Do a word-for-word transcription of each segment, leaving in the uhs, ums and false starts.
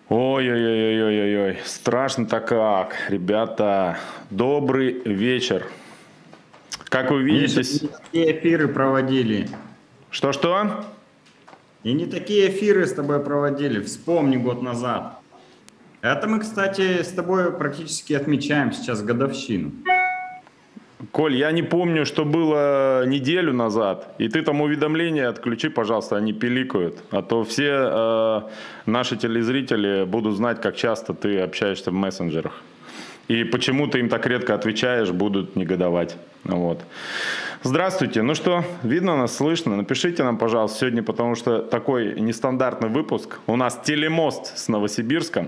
Ой-ой-ой-ой-ой-ой, страшно-то как, ребята, добрый вечер. Как вы видите... Миша, не такие эфиры проводили. Что-что? И не такие эфиры с тобой проводили, вспомни год назад. Это мы, кстати, с тобой практически отмечаем сейчас годовщину. Коль, я не помню, что было неделю назад, и ты там уведомления отключи, пожалуйста, они пиликают, а то все э, наши телезрители будут знать, как часто ты общаешься в мессенджерах. И почему ты им так редко отвечаешь, будут негодовать. Вот. Здравствуйте. Ну что, видно нас, слышно? Напишите нам, пожалуйста, сегодня, потому что такой нестандартный выпуск. У нас телемост с Новосибирска.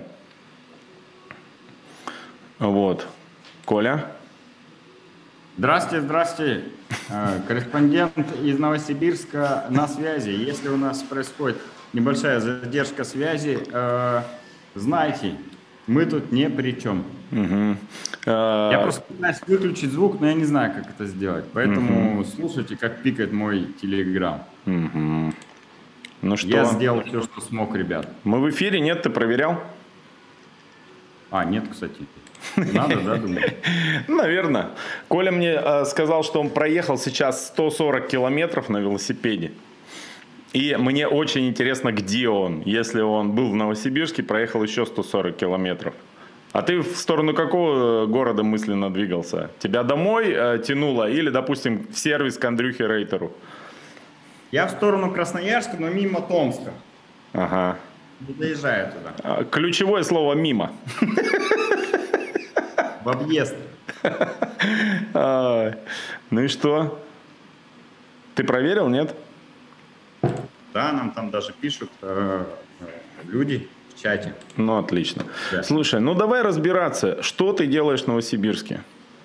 Вот. Коля? Здрасте, здрасте. Корреспондент из Новосибирска на связи. Если у нас происходит небольшая задержка связи, знайте, мы тут ни при чем. Угу. Я просто пытаюсь выключить звук, но я не знаю, как это сделать. Поэтому угу. слушайте, как пикает мой телеграм. Угу. Ну что? Я сделал все, что смог, ребят. Мы в эфире? Нет, ты проверял? А, нет, кстати. Надо, да, думаю? Наверное. Коля мне э, сказал, что он проехал сейчас сто сорок километров на велосипеде. И мне очень интересно, где он. Если он был в Новосибирске, проехал еще сто сорок километров. А ты в сторону какого города мысленно двигался? Тебя домой э, тянуло или, допустим, в сервис к Андрюхе Рейтеру? Я в сторону Красноярска, но мимо Томска. Ага. Не доезжаю туда. Ключевое слово «мимо». В объезд. Ну и что? Ты проверил, нет? Да, нам там даже пишут э, люди в чате. Ну, отлично. Да. Слушай, ну давай разбираться. Что ты делаешь в Новосибирске?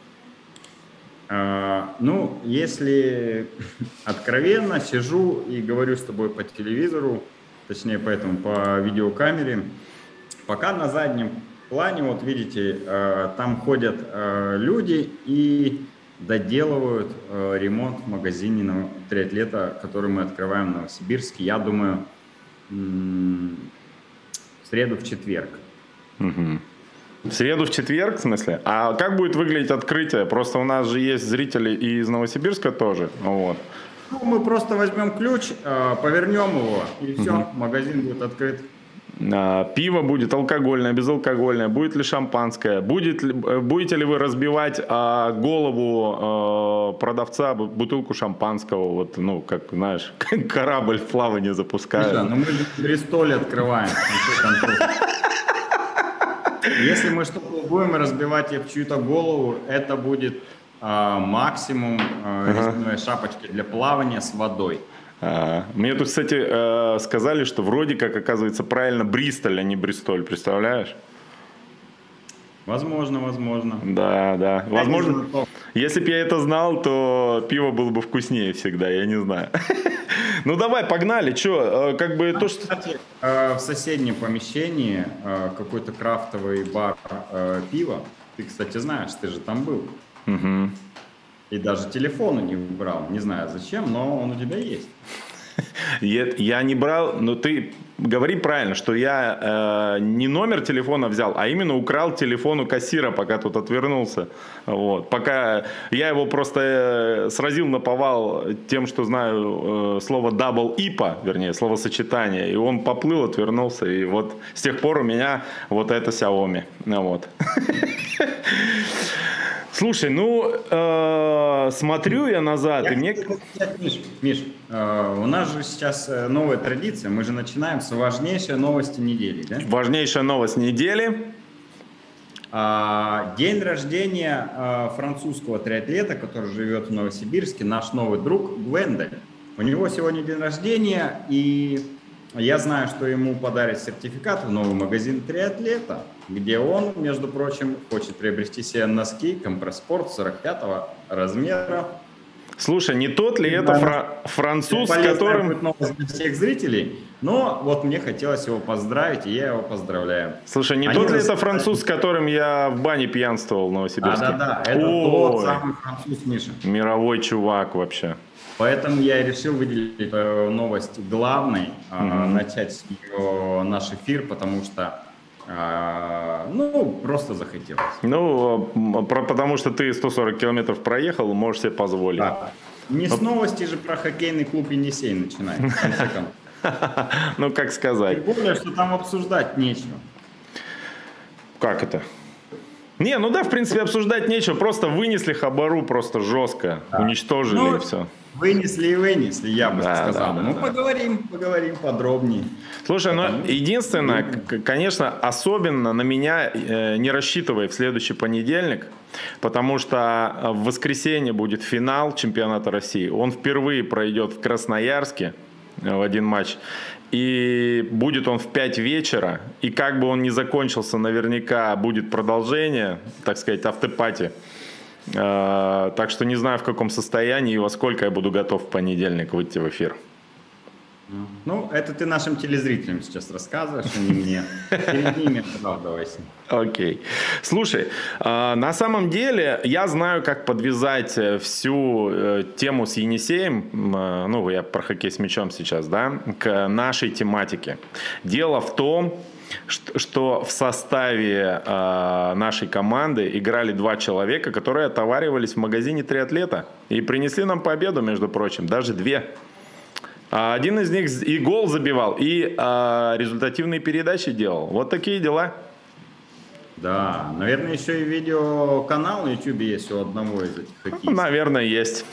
Э, ну, если откровенно, сижу и говорю с тобой по телевизору, точнее, поэтому по видеокамере. Пока на заднем плане, вот видите, э, там ходят э, люди и доделывают э, ремонт в магазине на триатлета, который мы открываем в Новосибирске, я думаю, м- в среду, в четверг. Угу. В среду, в четверг, в смысле? А как будет выглядеть открытие? Просто у нас же есть зрители и из Новосибирска тоже. Вот. Ну, мы просто возьмем ключ, э, повернем его, и все, угу. магазин будет открыт. Пиво будет алкогольное, безалкогольное, будет ли шампанское, будет ли, будете ли вы разбивать а, голову а, продавца бутылку шампанского, вот, ну, как, знаешь, корабль в плавание запускают. Миша, ну мы же в Бристоле открываем. Если мы что-то будем разбивать в чью-то голову, это будет а, максимум а, резиновой шапочки для плавания с водой. А, мне тут, кстати, э, сказали, что вроде как, оказывается, правильно Бристоль, а не Бристоль, представляешь? Возможно, возможно. Да, да. Возможно, если бы я это знал, то пиво было бы вкуснее всегда, я не знаю. Ну давай, погнали, что, как бы то, что... Кстати, в соседнем помещении какой-то крафтовый бар пива, ты, кстати, знаешь, ты же там был. Угу. И даже телефона не брал. Не знаю зачем, но он у тебя есть. Я не брал, но ты говори правильно, что я э, не номер телефона взял, а именно украл телефон у кассира, пока тут отвернулся. Вот. Пока я его просто сразил наповал тем, что знаю э, слово double ай пи эй, вернее, словосочетание, и он поплыл, отвернулся, и вот с тех пор у меня вот это Xiaomi. Вот. Слушай, ну, э, смотрю я назад, я и мне... Миш, Миш э, у нас же сейчас новая традиция, мы же начинаем с важнейшей новости недели, да? Важнейшая новость недели. А, день рождения а, французского триатлета, который живет в Новосибирске, наш новый друг Гвендель. У него сегодня день рождения, и я знаю, что ему подарят сертификат в новый магазин триатлета, где он, между прочим, хочет приобрести себе носки компресспорт сорок пятого размера. Слушай, не тот ли это фра- француз, с которым... новость для всех зрителей, но вот мне хотелось его поздравить, и я его поздравляю. Слушай, не Они тот ли это француз, с которым я в бане пьянствовал в Новосибирске? Да-да-да, это Ой, тот самый француз, Миша. Мировой чувак вообще. Поэтому я и решил выделить эту новость главной, mm-hmm. начать с нее наш эфир, потому что А, ну, просто захотелось. Ну, про, потому что ты сто сорок километров проехал, можешь себе позволить. Да. Не с новости же про хоккейный клуб «Енисей» начинаем, в конце концов. Ну, как сказать. Тем более, что там обсуждать нечего. Как это? Не, ну да, в принципе, обсуждать нечего. Просто вынесли хабару просто жестко. Да. Уничтожили ну, и все. Вынесли и вынесли, я бы да, сказал. Да, да, ну, да. поговорим, поговорим подробнее. Слушай, ну, единственное, конечно, особенно на меня э, не рассчитывай в следующий понедельник, потому что в воскресенье будет финал чемпионата России. Он впервые пройдет в Красноярске в один матч. И будет он в пять вечера, и как бы он ни закончился, наверняка будет продолжение, так сказать, автопати. Э, так что не знаю, в каком состоянии и во сколько я буду готов в понедельник выйти в эфир. Ну, это ты нашим телезрителям сейчас рассказываешь, а не мне. Перед ними оправдывайся. Окей. Слушай, на самом деле я знаю, как подвязать всю тему с Енисеем, ну, я про хоккей с мячом сейчас, да, к нашей тематике. Дело в том, что в составе нашей команды играли два человека, которые отоваривались в магазине «Триатлета» и принесли нам победу, между прочим, даже две. Один из них и гол забивал, и а, результативные передачи делал. Вот такие дела. Да, наверное, еще и видеоканал на YouTube есть у одного из этих хоккеистов. Наверное, есть.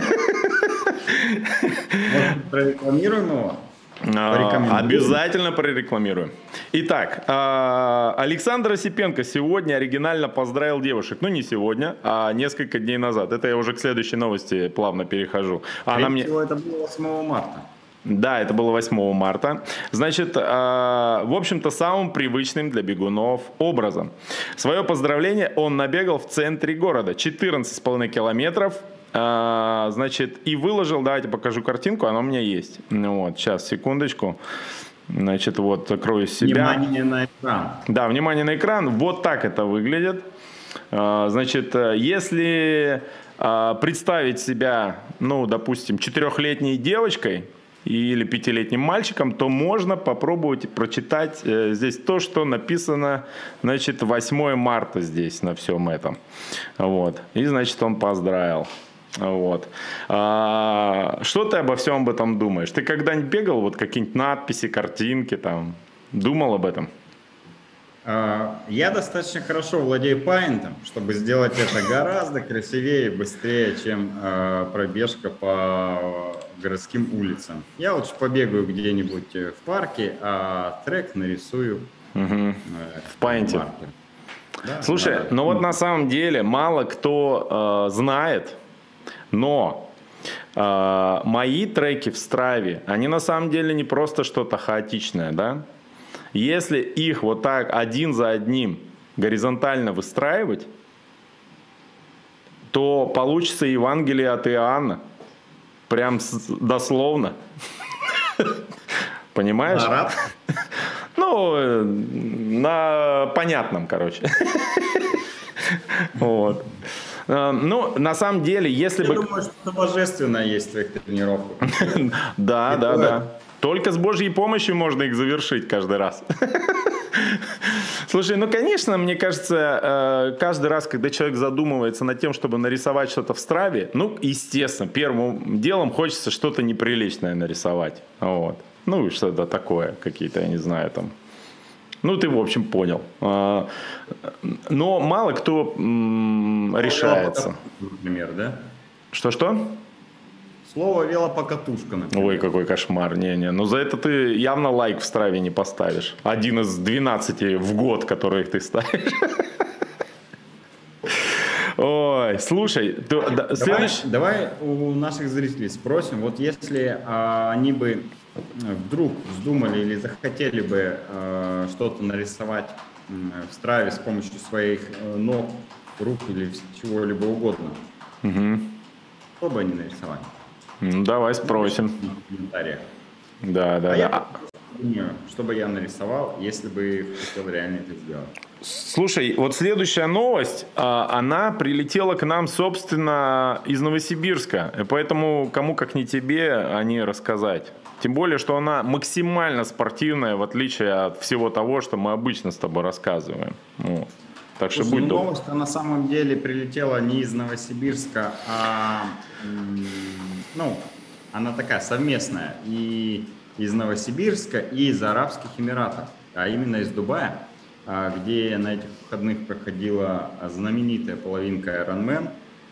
Может, прорекламируем его? Обязательно прорекламируем. Итак, Александр Осипенко сегодня оригинально поздравил девушек. Ну, не сегодня, а несколько дней назад. Это я уже к следующей новости плавно перехожу. Она мне... Это было восьмого марта. Да, это было восьмого марта. Значит, в общем-то, самым привычным для бегунов образом. Свое поздравление он набегал в центре города. четырнадцать с половиной километров. А, значит, и выложил, давайте покажу картинку, она у меня есть. Вот, сейчас, секундочку. Значит, вот, закрою себя. Внимание на экран. Да, внимание на экран. Вот так это выглядит. А, значит, если а, представить себя, ну, допустим, четырехлетней девочкой или пятилетним мальчиком, то можно попробовать прочитать э, здесь то, что написано, значит, восьмое марта здесь на всем этом. Вот. И, значит, он поздравил. Вот. А, что ты обо всем об этом думаешь? Ты когда-нибудь бегал, вот какие-нибудь надписи, картинки там? Думал об этом? Я достаточно хорошо владею паинтом, чтобы сделать это гораздо красивее и быстрее, чем пробежка по городским улицам. Я лучше побегаю где-нибудь в парке, а трек нарисую угу. в паинте. Да, слушай, да. ну вот на самом деле мало кто э, знает, но э, мои треки в Страве, они на самом деле не просто что-то хаотичное, да? Если их вот так один за одним горизонтально выстраивать, то получится Евангелие от Иоанна. Прям дословно. Понимаешь? Араб? Ну, на понятном, короче. Вот. Ну, на самом деле, если бы... Я думаю, что божественное есть в твоих тренировках. Да, да, да. Только с Божьей помощью можно их завершить каждый раз. Слушай, ну, конечно, мне кажется, каждый раз, когда человек задумывается над тем, чтобы нарисовать что-то в Страве, ну, естественно, первым делом хочется что-то неприличное нарисовать. Вот. Ну, и что-то такое, какие-то, я не знаю, там. Ну, ты, в общем, понял. Но мало кто решается. Например, да? Что-что? Слово велопокатушка, например. Ой, какой кошмар. Не-не, ну за это ты явно лайк в Страве не поставишь. Один из двенадцати в год, которые ты ставишь. Ой, слушай, ты, да, давай, следующий... давай у наших зрителей спросим, вот если а, они бы вдруг вздумали или захотели бы а, что-то нарисовать в Страве с помощью своих ног, рук или чего-либо угодно, угу. что бы они нарисовали? Ну, давай спросим. В комментариях. Да, да, а да. Я думаю, что бы я нарисовал, если бы хотел реально это сделать. Слушай, вот следующая новость, она прилетела к нам, собственно, из Новосибирска. И поэтому кому как не тебе о ней рассказать. Тем более, что она максимально спортивная, в отличие от всего того, что мы обычно с тобой рассказываем. Вот. Так что Слушай, будь ну, добр. новость на самом деле прилетела не из Новосибирска, а ну, она такая совместная и из Новосибирска, и из Арабских Эмиратов, а именно из Дубая, где на этих выходных проходила знаменитая половинка Ironman,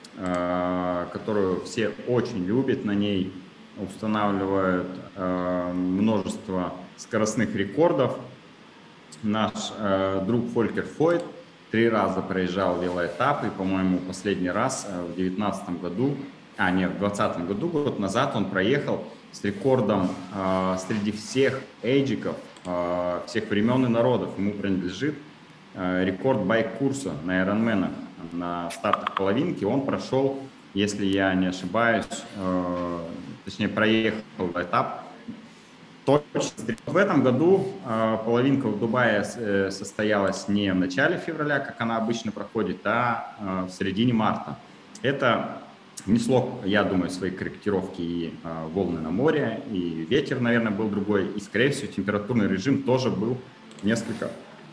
которую все очень любят, на ней устанавливают множество скоростных рекордов. Наш друг Фолькер Фойд три раза проезжал велоэтап, и, по-моему, последний раз в девятнадцатом году, а нет, в двадцатом году, год назад он проехал с рекордом э, среди всех эйджиков, э, всех времен и народов. Ему принадлежит э, рекорд байк-курса на Ironman, на стартах половинки. Он прошел, если я не ошибаюсь, э, точнее проехал этап точно. В этом году э, половинка в Дубае э, состоялась не в начале февраля, как она обычно проходит, а э, в середине марта. Это внесло, я думаю, свои корректировки и э, волны на море, и ветер, наверное, был другой, и, скорее всего, температурный режим тоже был несколько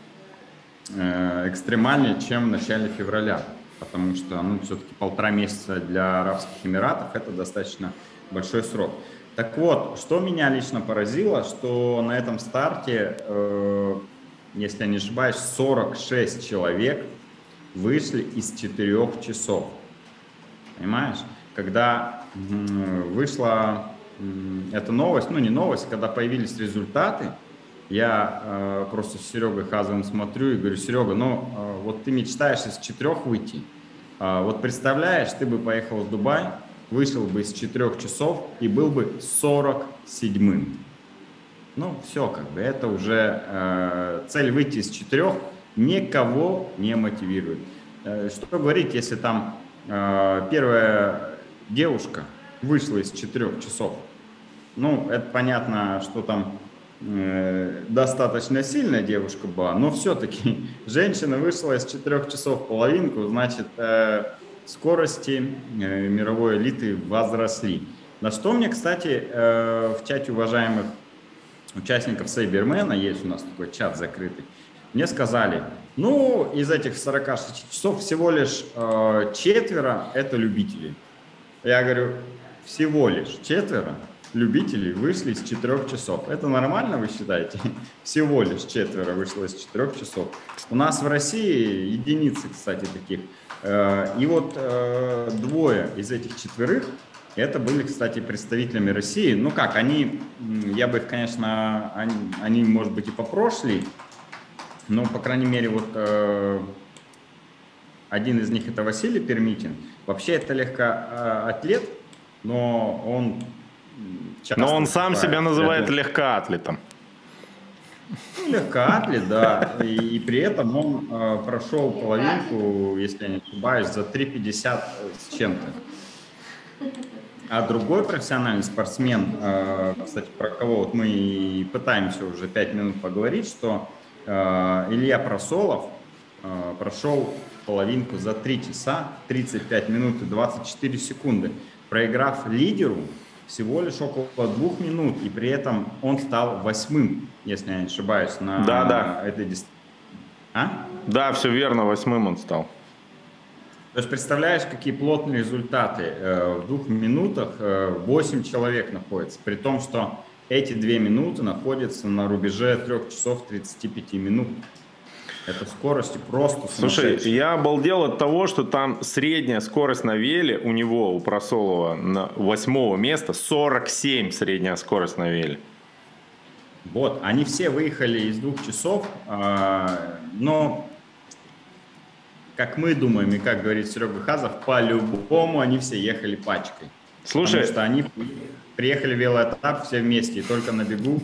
э, экстремальнее, чем в начале февраля, потому что, ну, все-таки полтора месяца для Арабских Эмиратов – это достаточно большой срок. Так вот, что меня лично поразило, что на этом старте, э, если я не ошибаюсь, сорок шесть человек вышли из четырёх часов. Понимаешь? Когда э, вышла э, эта новость, ну не новость, когда появились результаты, я э, просто с Серегой Хазовым смотрю и говорю: Серега, ну э, вот ты мечтаешь из четырех выйти, э, вот представляешь, ты бы поехал в Дубай, вышел бы из четырех часов и был бы сорок седьмым. Ну, все, как бы, это уже э, цель выйти из четырех никого не мотивирует. Э, что говорить, если там э, первая девушка вышла из четырех часов? Ну, это понятно, что там э, достаточно сильная девушка была, но все-таки женщина вышла из четырех часов в половинку, значит... Э, скорости э, мировой элиты возросли. На что мне, кстати, э, в чате уважаемых участников Сайбермена, есть у нас такой чат закрытый, мне сказали, ну, из этих сорока шести часов всего лишь э, четверо – это любители. Я говорю, всего лишь четверо любителей вышли из четырех часов. Это нормально, вы считаете? Всего лишь четверо вышло из четырех часов. У нас в России единицы, кстати, таких. И вот э, двое из этих четверых, это были, кстати, представителями России. Ну как, они, я бы их, конечно, они, они может быть, и попрошли, но, по крайней мере, вот э, один из них — это Василий Пермитин. Вообще, это легкоатлет, но он... Но он сам себя называет легкоатлетом. Легкоатлет, да, и, и при этом он э, прошел половинку, если я не ошибаюсь, за три пятьдесят с чем-то. А другой профессиональный спортсмен, э, кстати, про кого вот мы и пытаемся уже пять минут поговорить, что э, Илья Просолов э, прошел половинку за три часа тридцать пять минут и двадцать четыре секунды, проиграв лидеру всего лишь около двух минут, и при этом он стал восьмым, если я не ошибаюсь, на да, да. этой дистанции. А? Да, все верно, восьмым он стал. То есть представляешь, какие плотные результаты. В двух минутах восемь человек находится, при том, что эти две минуты находятся на рубеже трех часов тридцати пяти минут. Это скорости просто сумасшедшие. Слушай, я обалдел от того, что там средняя скорость на веле у него, у Просолова, на восьмого места сорок семь средняя скорость на веле. Вот, они все выехали из двух часов, но, как мы думаем и как говорит Серега Хазов, по-любому они все ехали пачкой. Слушай, потому что они приехали в велоэтап все вместе, и только на бегу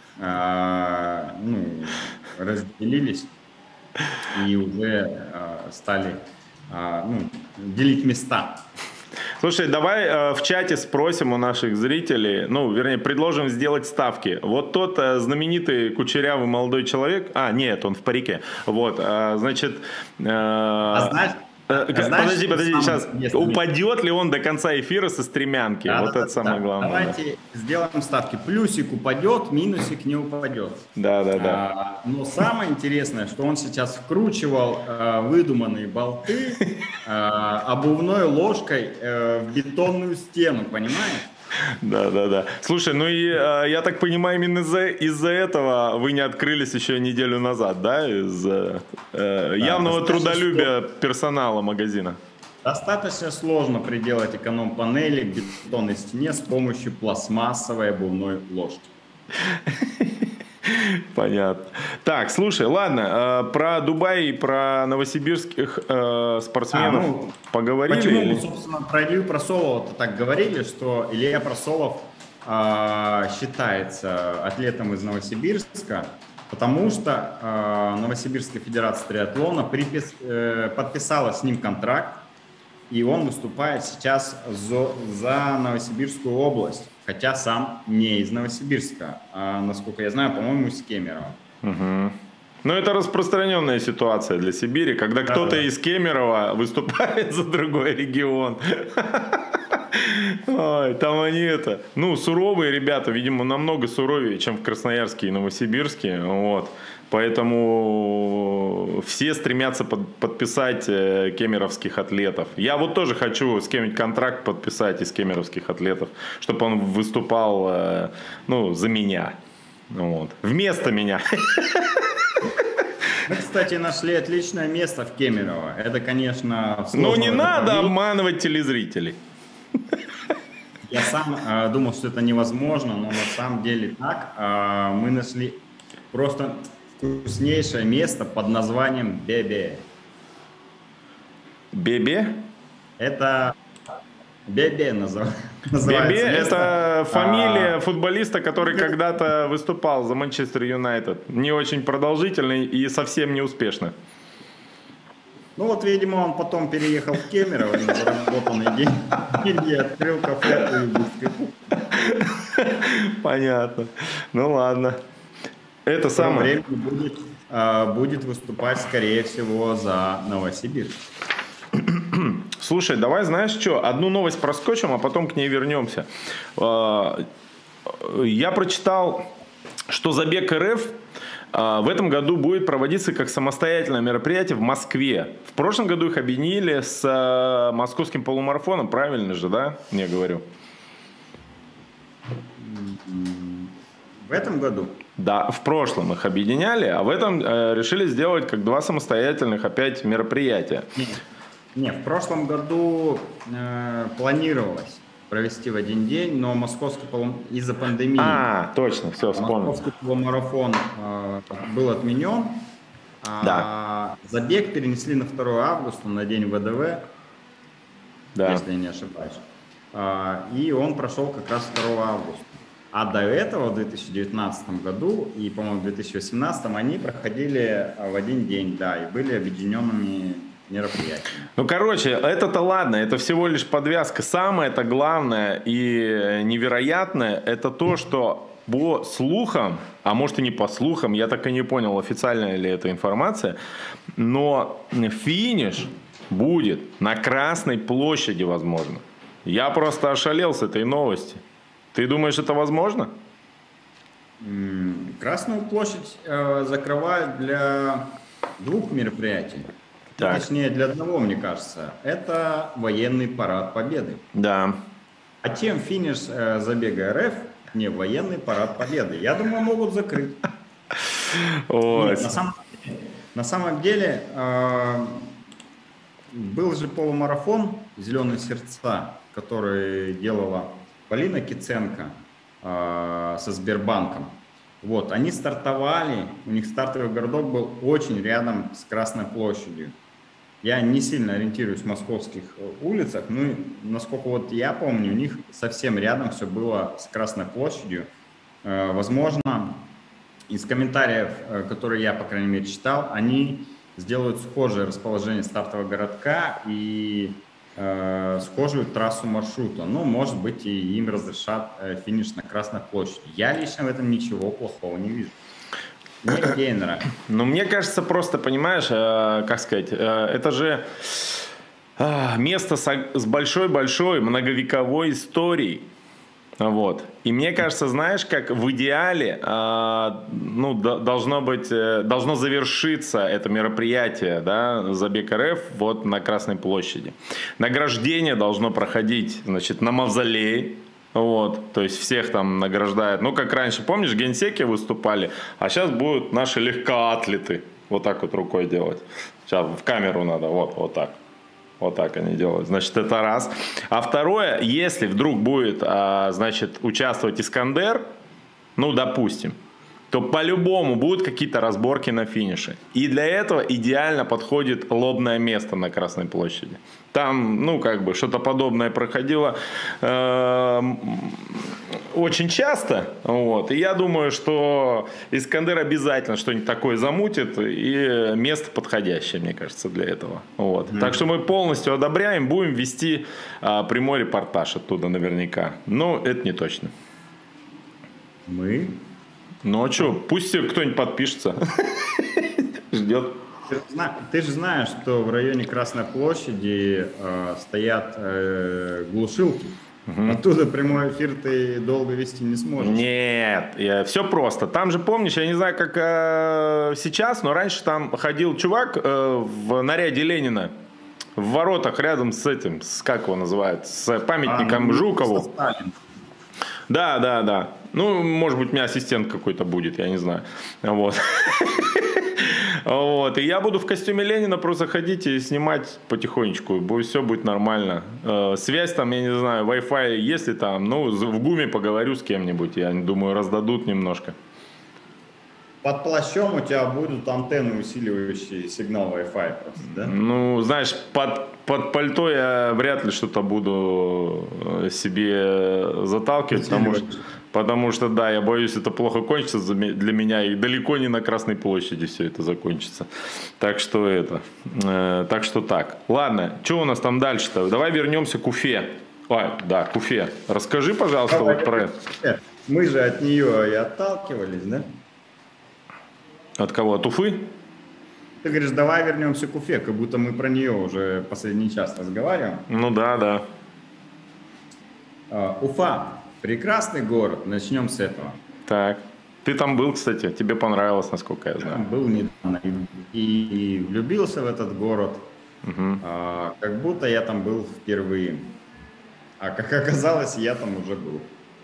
ну, разделились. И уже э, стали э, ну, делить места. Слушай, давай э, в чате спросим у наших зрителей, ну, вернее, предложим сделать ставки. Вот тот э, знаменитый кучерявый молодой человек, а, нет, он в парике, вот, э, значит... Э, А знаешь, э, а знаешь, подожди, подожди, сейчас, если... упадет ли он до конца эфира со стремянки? Да, вот да, это да, самое да. главное. Давайте да. сделаем ставки. Плюсик упадет, минусик не упадет. Да, да, да. А, но самое интересное, что он сейчас вкручивал а, выдуманные болты а, обувной ложкой а, в бетонную стену, понимаешь? Да, да, да. Слушай, ну и э, я так понимаю, именно из-за из-за этого вы не открылись еще неделю назад, да? Из-за э, явного трудолюбия что... персонала магазина. Достаточно сложно приделать эконом-панели к бетонной стене с помощью пластмассовой обувной ложки. Понятно. Так, слушай, ладно, э, про Дубай и про новосибирских э, спортсменов а, ну, поговорили. Почему мы, собственно, про Илью Просолова так говорили, что Илья Просолов э, считается атлетом из Новосибирска, потому что э, Новосибирская федерация триатлона припис, э, подписала с ним контракт, и он выступает сейчас за, за Новосибирскую область, хотя сам не из Новосибирска, а, насколько я знаю, по-моему, из Кемерово. Угу. Ну, это распространенная ситуация для Сибири, когда да, кто-то да. из Кемерово выступает за другой регион. Ой, там они это, ну, суровые ребята, видимо, намного суровее, чем в Красноярске и Новосибирске, вот. Поэтому все стремятся под, подписать э, кемеровских атлетов. Я вот тоже хочу с кем-нибудь контракт подписать из кемеровских атлетов, чтобы он выступал, э, ну, за меня, вот. Вместо меня. Мы, кстати, нашли отличное место в Кемерово. Это, конечно, сложно. Ну, не надо победить. Обманывать телезрителей. Я сам э, думал, что это невозможно, но на самом деле так. Э, мы нашли просто вкуснейшее место под названием Бебе. Бебе? Это Бебе называется. Бебе – это фамилия а... футболиста, который когда-то выступал за Манчестер Юнайтед. Не очень продолжительный и совсем неуспешно. Ну вот, видимо, он потом переехал в Кемерово, на заработанный день, и открыл кафе. Понятно. Ну ладно. Это самое. Время будет, а, будет выступать, скорее всего, за Новосибирск. Слушай, давай, знаешь что, одну новость проскочим, а потом к ней вернемся. Я прочитал, что забег РФ в этом году будет проводиться как самостоятельное мероприятие в Москве. В прошлом году их объединили с московским полумарафоном, правильно же, да? Я говорю. В этом году? Да, в прошлом их объединяли, а в этом э, решили сделать как два самостоятельных опять мероприятия. Нет, нет в прошлом году э, планировалось провести в один день, но московский полум... из-за пандемии. А, точно, все, вспомнил. Московский полумарафон э, был отменен, а да. забег перенесли на второе августа, на день ВДВ, да. если я не ошибаюсь. Э, и он прошел как раз второго августа. А до этого, в две тысячи девятнадцатом году и, по-моему, в две тысячи восемнадцатом они проходили в один день, да, и были объединенными мероприятиями. Ну, короче, это-то ладно, это всего лишь подвязка. Самое-то главное и невероятное, это то, что по слухам, а может и не по слухам, я так и не понял, официальная ли эта информация, но финиш будет на Красной площади, возможно. Я просто ошалел с этой новости. Ты думаешь, это возможно? Красную площадь э, закрывают для двух мероприятий. Так. Точнее, для одного, мне кажется. Это военный парад Победы. Да. А чем финиш э, забега РФ не военный парад Победы? Я думаю, могут закрыть. Нет, на, самом, на самом деле э, был же полумарафон «Зеленые сердца», который делала Полина Киценко э, со Сбербанком. Вот, они стартовали, у них стартовый городок был очень рядом с Красной площадью. Я не сильно ориентируюсь в московских улицах, но насколько вот я помню, у них совсем рядом все было с Красной площадью. Э, возможно, из комментариев, э, которые я, по крайней мере, читал, они сделают схожее расположение стартового городка и э, схожую трассу маршрута. Ну, может быть, и им разрешат э, финиш на Красной площади. Я лично в этом ничего плохого не вижу. Мне идея нравится. Ну, мне кажется, просто, понимаешь, э, как сказать, э, это же э, место с, с большой-большой многовековой историей. Вот. И мне кажется, знаешь, как в идеале э, ну, до, должно быть, э, должно завершиться это мероприятие, да, Забег РФ вот на Красной площади. Награждение должно проходить, значит, на мавзолее. Вот, то есть всех там награждают. Ну, как раньше, помнишь, генсеки выступали, а сейчас будут наши легкоатлеты. Вот так вот рукой делать. Сейчас в камеру надо, вот, вот так. Вот так они делают. Значит, это раз. А второе, если вдруг будет, а, значит, участвовать Искандер, ну, допустим, то по-любому будут какие-то разборки на финише. И для этого идеально подходит лобное место на Красной площади. Там, ну, как бы, что-то подобное проходило э, очень часто. Вот. И я думаю, что Искандер обязательно что-нибудь такое замутит. И место подходящее, мне кажется, для этого. Вот. Mm-hmm. Так что мы полностью одобряем. Будем вести э, прямой репортаж оттуда наверняка. Но это не точно. Мы? Ну а что, пусть кто-нибудь подпишется. Ждет. Ты, ты же знаешь, что в районе Красной площади э, стоят э, глушилки. Угу. Оттуда прямой эфир ты долго вести не сможешь. Нет, я, все просто. Там же, помнишь, я не знаю, как э, сейчас, но раньше там ходил чувак э, в наряде Ленина. В воротах рядом с этим, с, как его называют, с памятником а, ну, Жукову. Да, да, да. Ну, может быть, у меня ассистент какой-то будет, я не знаю. Вот. Вот. И я буду в костюме Ленина просто ходить и снимать потихонечку. Все будет нормально. Связь там, я не знаю, Wi-Fi, если там, ну, в ГУМе поговорю с кем-нибудь. Я думаю, раздадут немножко. Под плащом у тебя будут антенны, усиливающие сигнал Wi-Fi просто, да? Ну, знаешь, под, под пальто я вряд ли что-то буду себе заталкивать, потому что, потому что, да, я боюсь, это плохо кончится для меня, и далеко не на Красной площади все это закончится. Так что это, э, так что так. Ладно, что у нас там дальше-то? Давай вернемся к Уфе. Ой, да, к Уфе. Расскажи, пожалуйста, Давай, вот про это. Мы же от нее и отталкивались, да? От кого? От Уфы? Ты говоришь, давай вернемся к Уфе, как будто мы про нее уже последний час разговариваем. Ну да, да. Uh, Уфа. Прекрасный город. Начнем с этого. Так. Ты там был, кстати. Тебе понравилось, насколько я знаю. Я был недавно и, и влюбился в этот город. Угу. Uh, как будто я там был впервые. А как оказалось, я там уже был.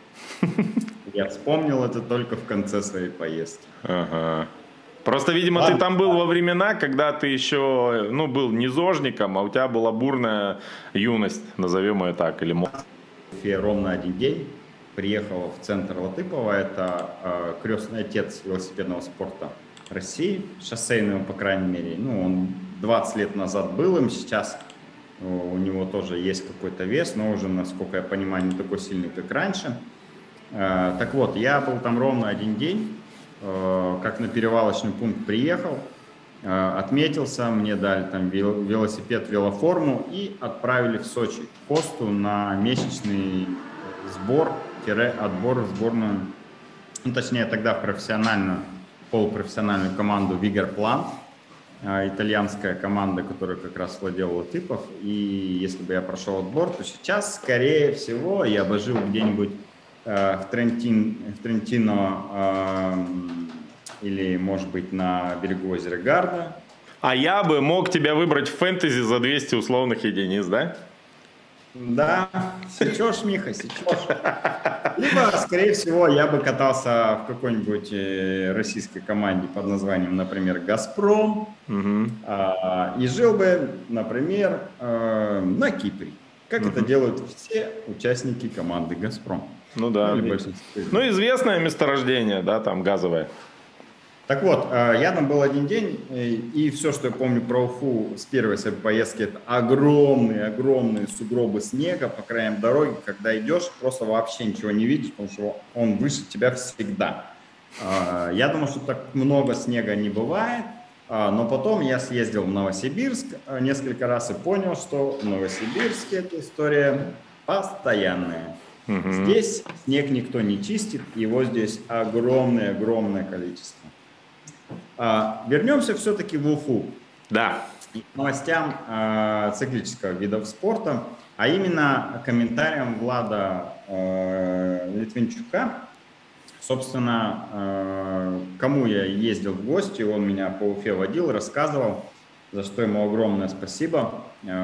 Я вспомнил это только в конце своей поездки. Ага. Просто, видимо, Ладно. Ты там был во времена, когда ты еще, ну, был не зожником, а у тебя была бурная юность, назовем ее так, или молодость. Я ровно один день приехал в центр Латыпова, это э, крестный отец велосипедного спорта России, шоссейного, по крайней мере. Ну, он двадцать лет назад был им, сейчас у него тоже есть какой-то вес, но уже, насколько я понимаю, не такой сильный, как раньше. Э, так вот, я был там ровно один день. Как на перевалочный пункт приехал, отметился, мне дали там велосипед, велоформу и отправили в Сочи к посту на месячный сбор-отбор в сборную, ну, точнее тогда в профессиональную, полупрофессиональную команду Вигерплант, итальянская команда, которая как раз владел Латыпов, и если бы я прошел отбор, то сейчас, скорее всего, я бы жил где-нибудь в, Трентин, в Трентино э, или, может быть, на берегу озера Гарда. А я бы мог тебя выбрать в фэнтези за двести условных единиц, да? Да, сечешь, Миха, сечешь. Либо, скорее всего, я бы катался в какой-нибудь российской команде под названием, например, «Газпром», угу. э, и жил бы, например, э, на Кипре, как угу. это делают все участники команды «Газпром». Ну да, ну, ну известное месторождение, да, там газовое. Так вот, я там был один день, и все, что я помню про Уфу с первой своей поездки, это огромные-огромные сугробы снега по краям дороги, когда идешь, просто вообще ничего не видишь, потому что он выше тебя всегда. Я думал, что так много снега не бывает, Но потом я съездил в Новосибирск несколько раз и понял, что в Новосибирске эта история постоянная. Угу. Здесь снег никто не чистит, его здесь огромное-огромное количество. Вернемся все-таки в Уфу. Да. И к новостям циклического вида спорта, а именно комментариям Влада Литвинчука. Собственно, кому я ездил в гости, он меня по Уфе водил, рассказывал, за что ему огромное спасибо.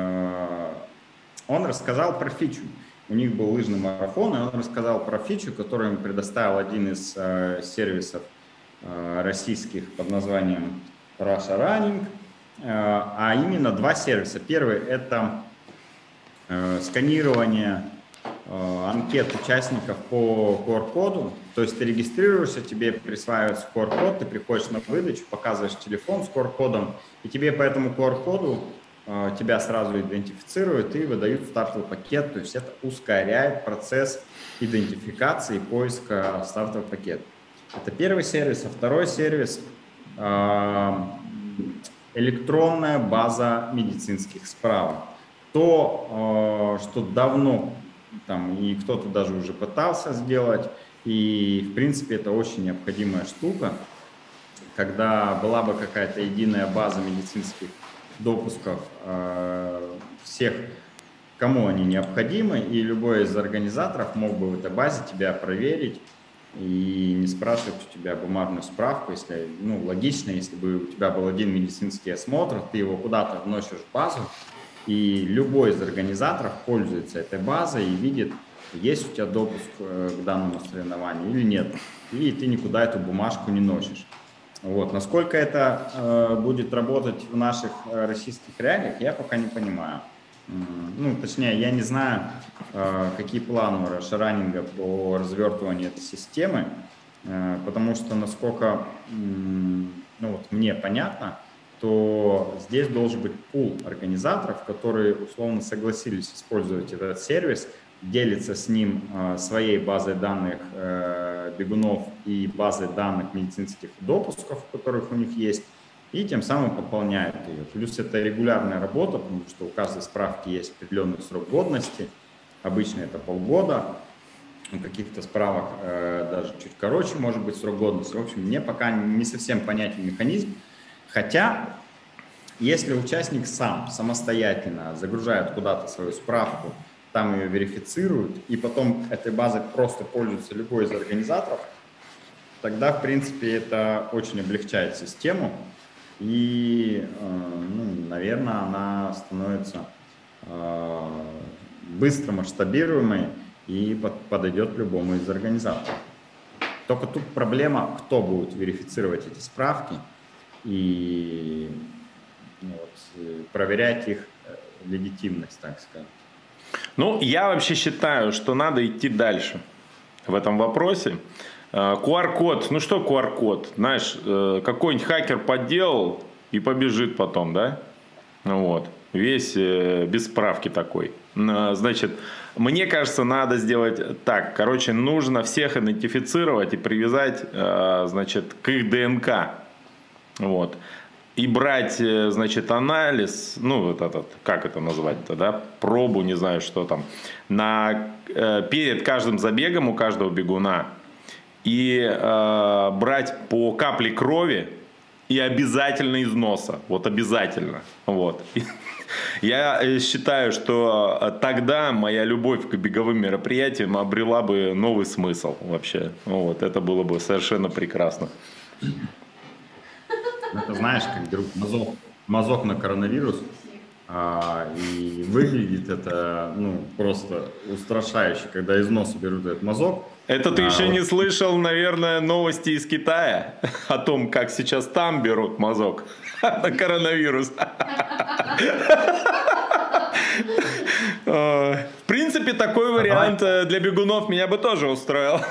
Он рассказал про фичу. У них был лыжный марафон, и он рассказал про фичу, которую им предоставил один из сервисов российских под названием Russia Running, а именно два сервиса. Первый – это сканирование анкет участников по ку ар-коду, то есть ты регистрируешься, тебе присваивается ку ар-код, ты приходишь на выдачу, показываешь телефон с ку ар-кодом, и тебе по этому ку ар-коду э, тебя сразу идентифицируют и выдают стартовый пакет, то есть это ускоряет процесс идентификации и поиска стартового пакета. Это первый сервис, а второй сервис э, электронная база медицинских справок. То, э, что давно там, и кто-то даже уже пытался сделать, и в принципе это очень необходимая штука, когда была бы какая-то единая база медицинских допусков э, всех, кому они необходимы, и любой из организаторов мог бы в этой базе тебя проверить и не спрашивать у тебя бумажную справку, если, ну, логично, если бы у тебя был один медицинский осмотр, ты его куда-то вносишь в базу, и любой из организаторов пользуется этой базой и видит, есть у тебя допуск к данному соревнованию или нет. И ты никуда эту бумажку не носишь. Вот. Насколько это э, будет работать в наших российских реалиях, я пока не понимаю. Ну, точнее, я не знаю, э, какие планы у Russia Running по развертыванию этой системы, э, потому что, насколько э, ну, вот, мне понятно, то здесь должен быть пул организаторов, которые условно согласились использовать этот сервис, делиться с ним э, своей базой данных э, бегунов и базой данных медицинских допусков, которых у них есть, и тем самым пополняют ее. Плюс это регулярная работа, потому что у каждой справки есть определенный срок годности, обычно это полгода, у каких-то справок э, даже чуть короче может быть срок годности. В общем, мне пока не совсем понятен механизм. Хотя, если участник сам самостоятельно загружает куда-то свою справку, там ее верифицируют, и потом этой базой просто пользуется любой из организаторов, тогда, в принципе, это очень облегчает систему, и, ну, наверное, она становится быстро масштабируемой и подойдет любому из организаторов. Только тут проблема, кто будет верифицировать эти справки, и вот, проверять их легитимность, так сказать. Ну, я вообще считаю, что надо идти дальше в этом вопросе. ку ар-код, ну что ку ар-код? Знаешь, какой-нибудь хакер подделал и побежит потом, да? Вот. Весь без справки такой. Значит, мне кажется, надо сделать так. Короче, нужно всех идентифицировать и привязать, значит, к их ДНК. Вот. И брать, значит, анализ, ну, вот этот, как это назвать-то, да, пробу, не знаю, что там, на, э, перед каждым забегом у каждого бегуна и э, брать по капле крови и обязательно из носа, вот обязательно, вот. Я считаю, что тогда моя любовь к беговым мероприятиям обрела бы новый смысл вообще, вот, это было бы совершенно прекрасно. Это знаешь, как друг мазок, мазок на коронавирус, а, и выглядит это, ну, просто устрашающе, когда из носа берут этот мазок. Это ты а, еще вот. не слышал, наверное, новости из Китая о том, как сейчас там берут мазок на коронавирус. В принципе, такой вариант для бегунов меня бы тоже устроил.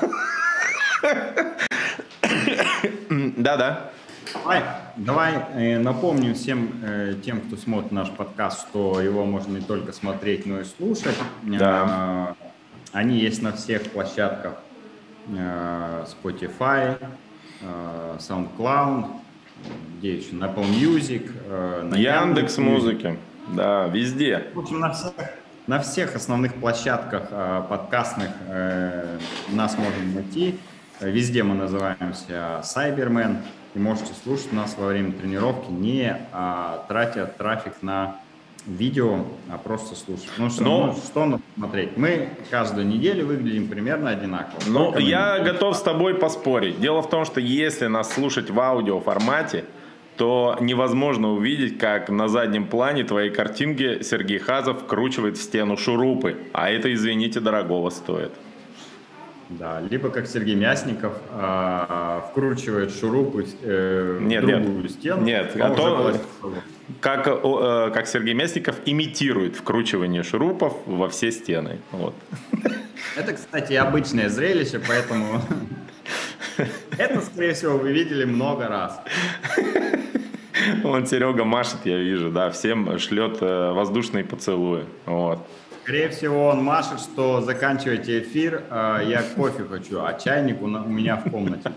Да-да. Давай, давай э, напомним всем э, тем, кто смотрит наш подкаст, что его можно не только смотреть, но и слушать. Да. Э, они есть на всех площадках: э, Spotify, э, SoundCloud, где еще? На Apple Music, на Яндекс Музыки, да, везде. В общем, на всех, на всех основных площадках подкастных нас можно найти. Везде мы называемся Cyberman. И можете слушать нас во время тренировки, не а, тратя трафик на видео, а просто слушать. Ну что, Но... ну, что нам смотреть? Мы каждую неделю выглядим примерно одинаково. Ну, я готов с тобой поспорить. Дело в том, что если нас слушать в аудиоформате, то невозможно увидеть, как на заднем плане твоей картинки Сергей Хазов вкручивает в стену шурупы. А это, извините, дорогого стоит. Да, либо как Сергей Мясников а, вкручивает шурупы э, нет, в другую нет, стену. Нет, а то, как, э, как Сергей Мясников имитирует вкручивание шурупов во все стены. Вот. Это, кстати, обычное зрелище, поэтому это, скорее всего, вы видели много раз. Вон Серега машет, я вижу, да, всем шлет воздушные поцелуи. Вот. Скорее всего, он машет, что заканчивайте эфир, а я кофе хочу, а чайник у меня в комнате.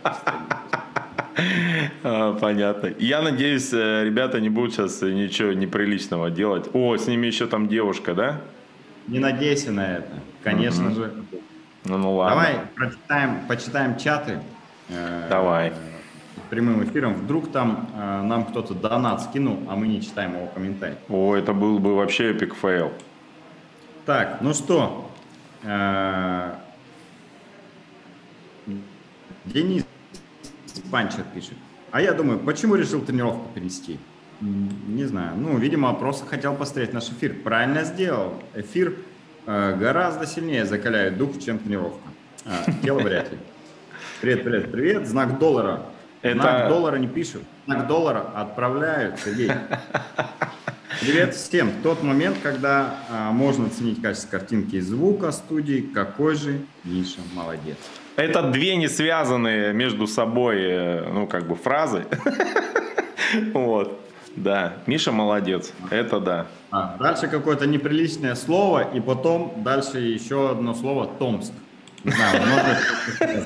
Понятно. Я надеюсь, ребята не будут сейчас ничего неприличного делать. О, с ними еще там девушка, да? Не надейся на это, конечно угу. же. Ну, ну ладно. Давай прочитаем, почитаем чаты. Давай. Прямым эфиром. Вдруг там э, нам кто-то донат скинул, а мы не читаем его комментарий. О, это был бы вообще эпик фейл. Так, ну что, э, Денис Панчер пишет. А я думаю, почему решил тренировку перенести? Не знаю. Ну, видимо, просто хотел посмотреть наш эфир. Правильно сделал. Эфир э, гораздо сильнее закаляет дух, чем тренировка. А, тело вряд ли. Привет, привет, привет. Знак доллара. Это... Знак доллара не пишут. Знак доллара отправляют, Сергей. Привет всем. Тот момент, когда а, можно оценить качество картинки и звука студии, какой же Миша молодец. Это две не связанные между собой, ну, как бы фразы. Вот. Да, Миша молодец. Это да. А, дальше какое-то неприличное слово, и потом дальше еще одно слово Томск. Не знаю, может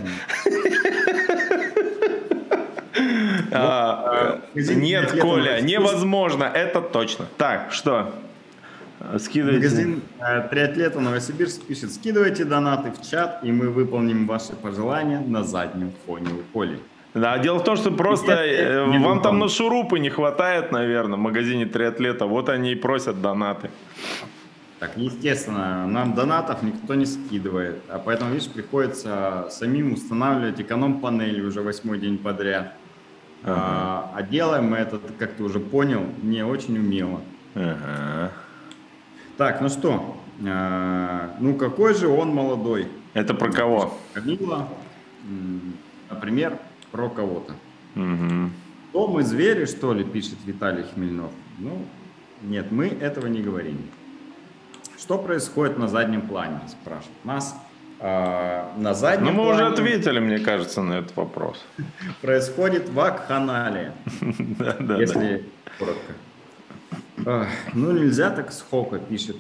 А, нет, Коля, невозможно, это точно. Так, что? Скидывайте. Магазин э, «Триатлета Новосибирск» пишет: скидывайте донаты в чат, и мы выполним ваши пожелания на заднем фоне у Коли. Да, дело в том, что просто э, вам выполним. Там на шурупы не хватает, наверное, в магазине «Триатлета». Вот они и просят донаты. Так, естественно, нам донатов никто не скидывает, а поэтому, видишь, приходится самим устанавливать эконом-панели уже восьмой день подряд. Ага. А, а делаем мы это, как ты уже понял, не очень умело. Ага. Так, ну что, а, ну какой же он молодой. Это про кого? Камила, например, про кого-то. Угу. То мы звери, что ли, пишет Виталий Хмельнов. Ну, нет, мы этого не говорим. Что происходит на заднем плане, спрашивают нас. А, на заднем ну, мы плане... уже ответили, мне кажется, на этот вопрос. Происходит вакханалия, если коротко. Ну, нельзя так с хока, пишет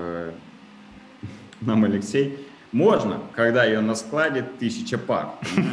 нам Алексей. Можно, когда ее на складе тысяча пар.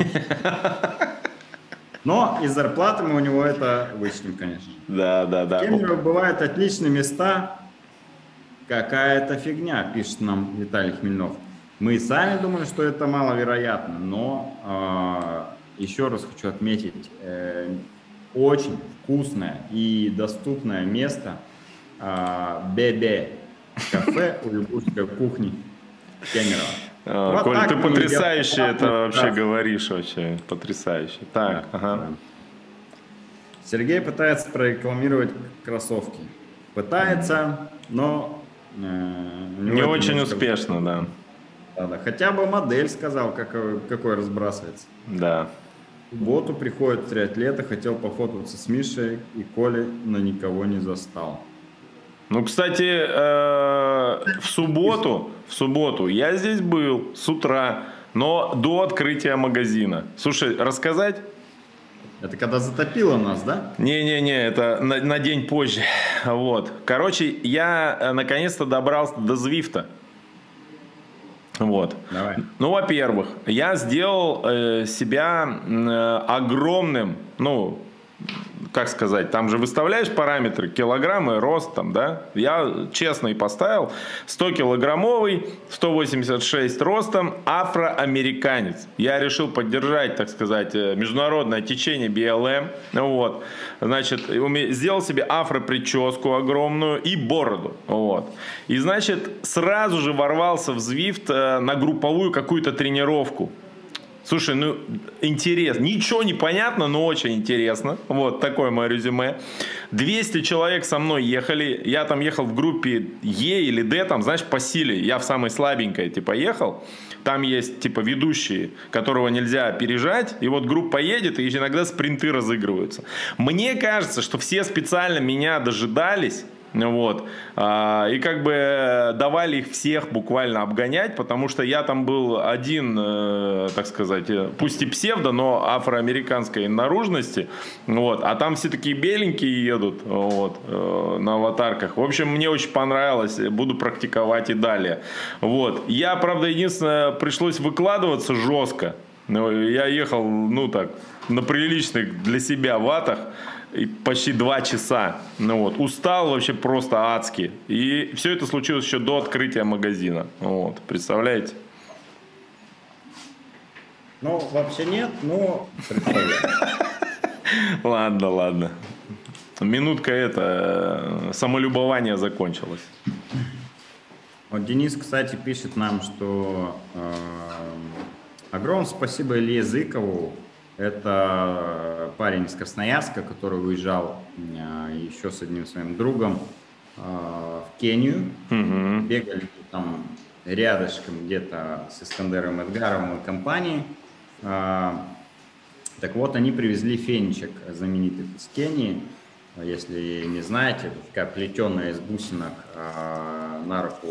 Но из зарплаты мы у него это вычтем, конечно. Да, да, да. В Кемерово бывают отличные места. Какая-то фигня, пишет нам Виталий Хмельнов. Мы сами думали, что это маловероятно, но э, еще раз хочу отметить, э, очень вкусное и доступное место э, Бебе, кафе у Любурской кухни Кемерово. А, вот Коль, ты потрясающе это вообще да. говоришь, вообще потрясающе. Так, да, ага. Да. Сергей пытается прорекламировать кроссовки. Пытается, но э, не очень успешно, да. Да, да. Хотя бы модель сказал, какой, какой разбрасывается. Да. В субботу приходит триатлета, хотел пофотаться с Мишей и Колей, но никого не застал. Ну, кстати, э, в субботу, в субботу я здесь был с утра, но до открытия магазина. Слушай, рассказать? Это когда затопило нас, да? Не-не-не, это на, на день позже. Вот. Короче, я наконец-то добрался до Звифта. Вот. Давай. Ну, во-первых, я сделал э, себя э, огромным, ну, как сказать, там же выставляешь параметры, килограммы, рост там, да? Я честно и поставил сто килограммовый, сто восемьдесят шесть ростом, афроамериканец. Я решил поддержать, так сказать, международное течение би эл эм. Вот. Значит, сделал себе афро-прическу огромную и бороду. Вот. И, значит, сразу же ворвался в Zwift на групповую какую-то тренировку. Слушай, ну, интересно. Ничего не понятно, но очень интересно. Вот, такое мое резюме. двести человек со мной ехали. Я там ехал в группе Е или Д, там, знаешь, по силе. Я в самой слабенькой, типа, ехал. Там есть, типа, ведущие, которого нельзя опережать. И вот группа едет, и иногда спринты разыгрываются. Мне кажется, что все специально меня дожидались. Вот. И как бы давали их всех буквально обгонять, потому что я там был один, так сказать, пусть и псевдо, но афроамериканской наружности. Вот. А там все такие беленькие едут, вот, на аватарках. В общем, мне очень понравилось. Буду практиковать и далее. Вот. Я, правда, единственное, пришлось выкладываться жестко. Я ехал, ну так, на приличных для себя ватах. И почти два часа. Ну вот. Устал вообще просто адски. И все это случилось еще до открытия магазина. Вот. Представляете? Ну, вообще нет, но представляю. Ладно, ладно. Минутка это самолюбование закончилось. Вот Денис, кстати, пишет нам, что э, огромное спасибо Илье Зыкову. Это парень из Красноярска, который уезжал еще с одним своим другом в Кению. Mm-hmm. Бегали там рядышком где-то с Искандером Эдгаровым и компанией. Так вот, они привезли фенечек знаменитых из Кении. Если не знаете, это такая плетеная из бусинок на руку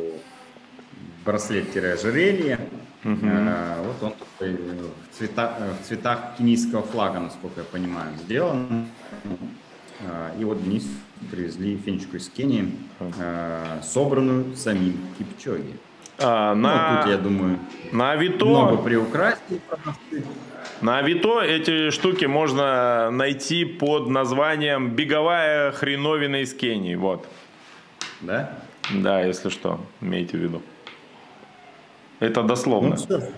браслет-ожерелье. Uh-huh. Вот он такой в цветах, в цветах кенийского флага, насколько я понимаю, сделан. И вот Денис привезли фенечку из Кении, собранную самим Кипчоги. А, ну, на... Тут, я думаю, на Авито... много приукрасить. На Авито эти штуки можно найти под названием «Беговая хреновина из Кении». Вот. Да? Да, если что, имейте в виду. Это дословно.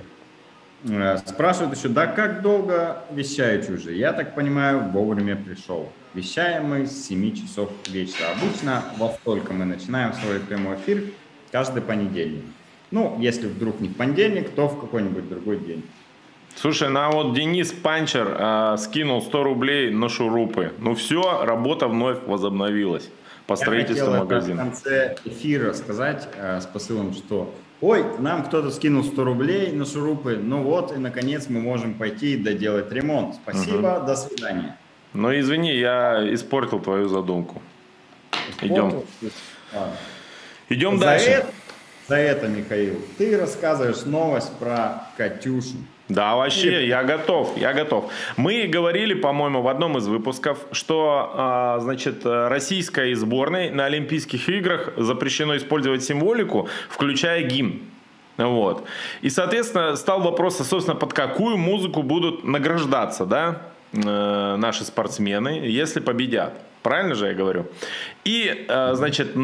Ну, спрашивают еще, да как долго вещаете уже? Я так понимаю, вовремя пришел. Вещаем мы с семи часов вечера. Обычно во столько мы начинаем свой прямой эфир каждый понедельник. Ну, если вдруг не в понедельник, то в какой-нибудь другой день. Слушай, ну вот Денис Панчер э, скинул сто рублей на шурупы. Ну все, работа вновь возобновилась по строительству магазина. Я хотел в конце эфира сказать э, с посылом, что ой, нам кто-то скинул сто рублей на шурупы, ну вот, и наконец мы можем пойти и доделать ремонт. Спасибо, угу. До свидания. Ну извини, я испортил твою задумку. Идем. А. Идем за дальше. Это, за это, Михаил, ты рассказываешь новость про Катюшу. Да, вообще, я готов, я готов. Мы говорили, по-моему, в одном из выпусков, что, значит, российской сборной на Олимпийских играх запрещено использовать символику, включая гимн. Вот. И, соответственно, стал вопрос, собственно, под какую музыку будут награждаться, да, наши спортсмены, если победят. Правильно же я говорю? И, значит,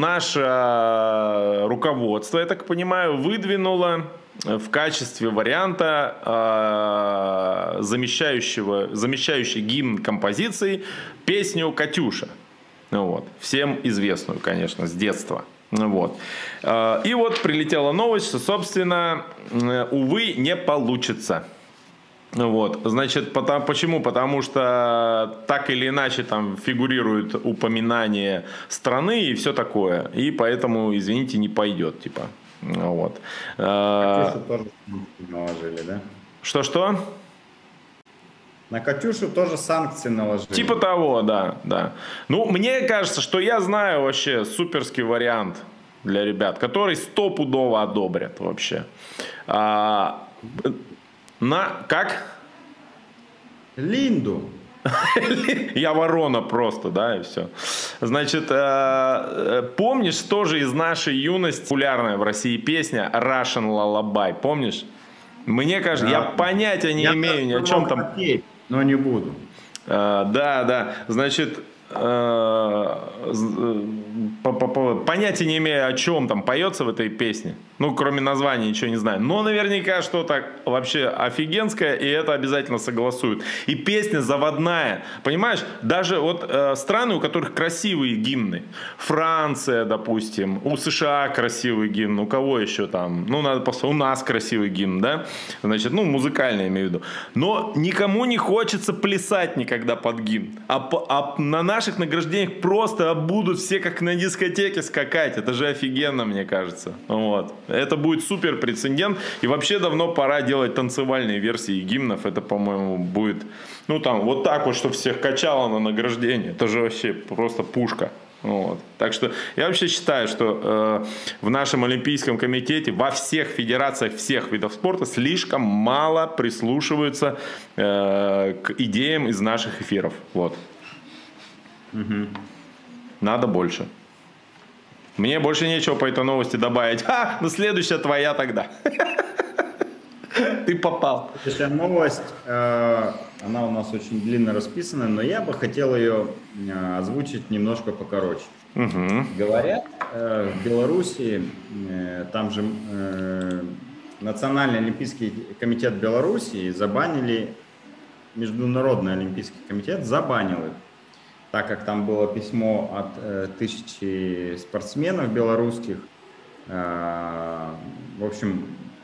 наше руководство, я так понимаю, выдвинуло в качестве варианта э, замещающего, замещающей гимн композиции песню «Катюша». Вот. Всем известную, конечно, с детства. Вот. Э, и вот прилетела новость, что, собственно, э, увы, не получится. Вот. Значит, потому, почему? Потому что так или иначе там фигурирует упоминание страны и все такое. И поэтому, извините, не пойдет, типа. Вот. Катюшу тоже наложили, да? Что-что? На Катюшу тоже санкции наложили. Типа того, да, да. Ну, мне кажется, что я знаю вообще суперский вариант для ребят, который стопудово одобрят вообще. А, на, как? Линду. Я ворона просто, да, и все. Значит, помнишь тоже из нашей юности популярная в России песня Russian Lullaby, помнишь? Мне кажется, я понятия не имею ни о чем там. Но не буду. А, да, да. Значит, понятия не имею, о чем там поется в этой песне. Ну, кроме названия, ничего не знаю. Но наверняка что-то вообще офигенское, и это обязательно согласуют. И песня заводная. Понимаешь, даже вот э, страны, у которых красивые гимны. Франция, допустим. У США красивый гимн. У кого еще там? Ну, надо посмотреть. У нас красивый гимн, да? Значит, ну, музыкальный, я имею в виду. Но никому не хочется плясать никогда под гимн. А, а на наших награждениях просто будут все как на дискотеке скакать. Это же офигенно, мне кажется. Вот. Это будет супер прецедент. И вообще давно пора делать танцевальные версии гимнов. Это, по-моему, будет, ну там, вот так вот, чтобы всех качало на награждение. Это же вообще просто пушка. Вот. Так что я вообще считаю, что э, в нашем Олимпийском комитете во всех федерациях всех видов спорта слишком мало прислушиваются э, к идеям из наших эфиров. Вот. Угу. Надо больше. Мне больше нечего по этой новости добавить. Ха, ну следующая твоя тогда. Ты попал. Следующая новость, э, она у нас очень длинно расписана, но я бы хотел ее э, озвучить немножко покороче. Угу. Говорят, э, в Беларуси, э, там же э, Национальный олимпийский комитет Беларуси забанили, Международный олимпийский комитет забанил их. Так как там было письмо от э, тысячи спортсменов белорусских, э, в общем,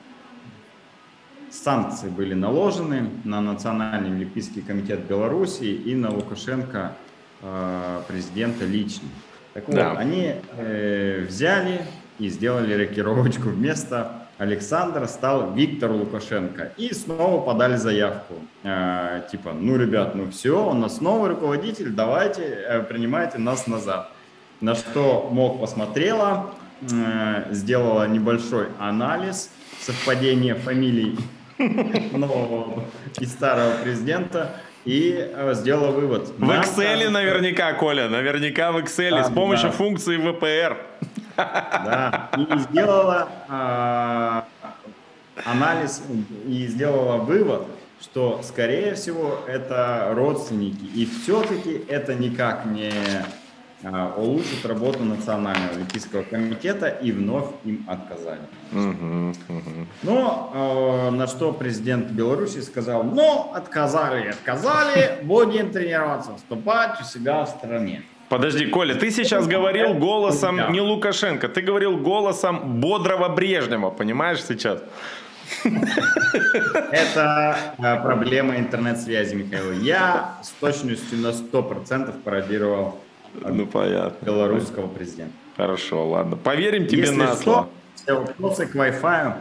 санкции были наложены на Национальный олимпийский комитет Беларуси и на Лукашенко, э, президента, лично. Так вот, да. Они э, взяли и сделали рокировочку. Вместо Александра стал Виктор Лукашенко. И снова подали заявку. Э, типа, ну, ребят, ну все, у нас новый руководитель, давайте, э, принимайте нас назад. На что МОК посмотрела, э, сделала небольшой анализ совпадения фамилий нового и старого президента и э, сделала вывод. В Excel наверняка, Коля, наверняка в Excel да, с помощью да. функции вэ пэ эр. Да, и сделала э, анализ и сделала вывод, что, скорее всего, это родственники. И все-таки это никак не э, улучшит работу Национального олимпийского комитета, и вновь им отказали. Угу, угу. Но э, на что президент Беларуси сказал: ну, отказали, отказали, будем тренироваться, вступать у себя в стране. Подожди, Коля, ты сейчас говорил голосом не Лукашенко, ты говорил голосом бодрого Брежнева, понимаешь сейчас? Это проблема интернет-связи, Михаил. Я с точностью на сто процентов пародировал ну, понятно. белорусского президента. Хорошо, ладно. Поверим тебе Если на слово. Все вопросы к Wi-Fi,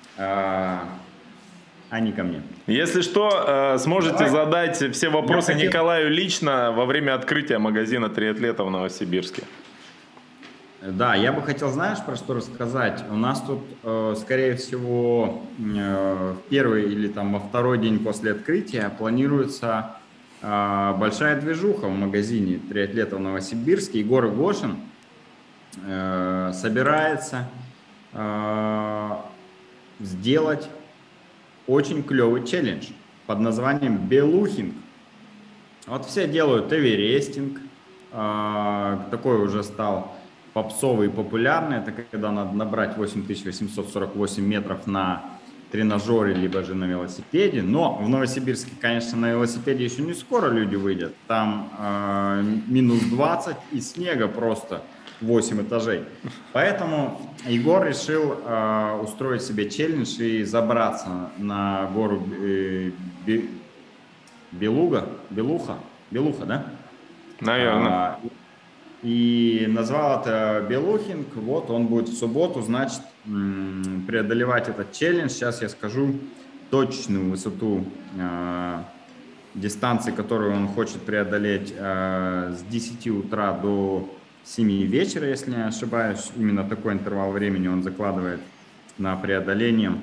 а не ко мне. Если что, сможете Давай. задать все вопросы хотел... Николаю лично во время открытия магазина «Триатлета» в Новосибирске. Да, я бы хотел, знаешь, про что рассказать. У нас тут, скорее всего, в первый или там во второй день после открытия планируется большая движуха в магазине «Триатлета» в Новосибирске. Егор Гошин собирается сделать очень клевый челлендж под названием «Белухинг». Вот все делают эверестинг, э, такой уже стал попсовый и популярный. Это когда надо набрать восемь тысяч восемьсот сорок восемь метров на тренажере, либо же на велосипеде. Но в Новосибирске, конечно, на велосипеде еще не скоро люди выйдут. Там э, минус двадцать и снега просто восемь этажей. Поэтому Егор решил э, устроить себе челлендж и забраться на гору э, Бе, Белуга, Белуха, Белуха, да? Наверное. А, и назвал это Белухинг. Вот он будет в субботу, значит, преодолевать этот челлендж. Сейчас я скажу точную высоту э, дистанции, которую он хочет преодолеть э, с десяти утра до семи вечера, если не ошибаюсь. Именно такой интервал времени он закладывает на преодоление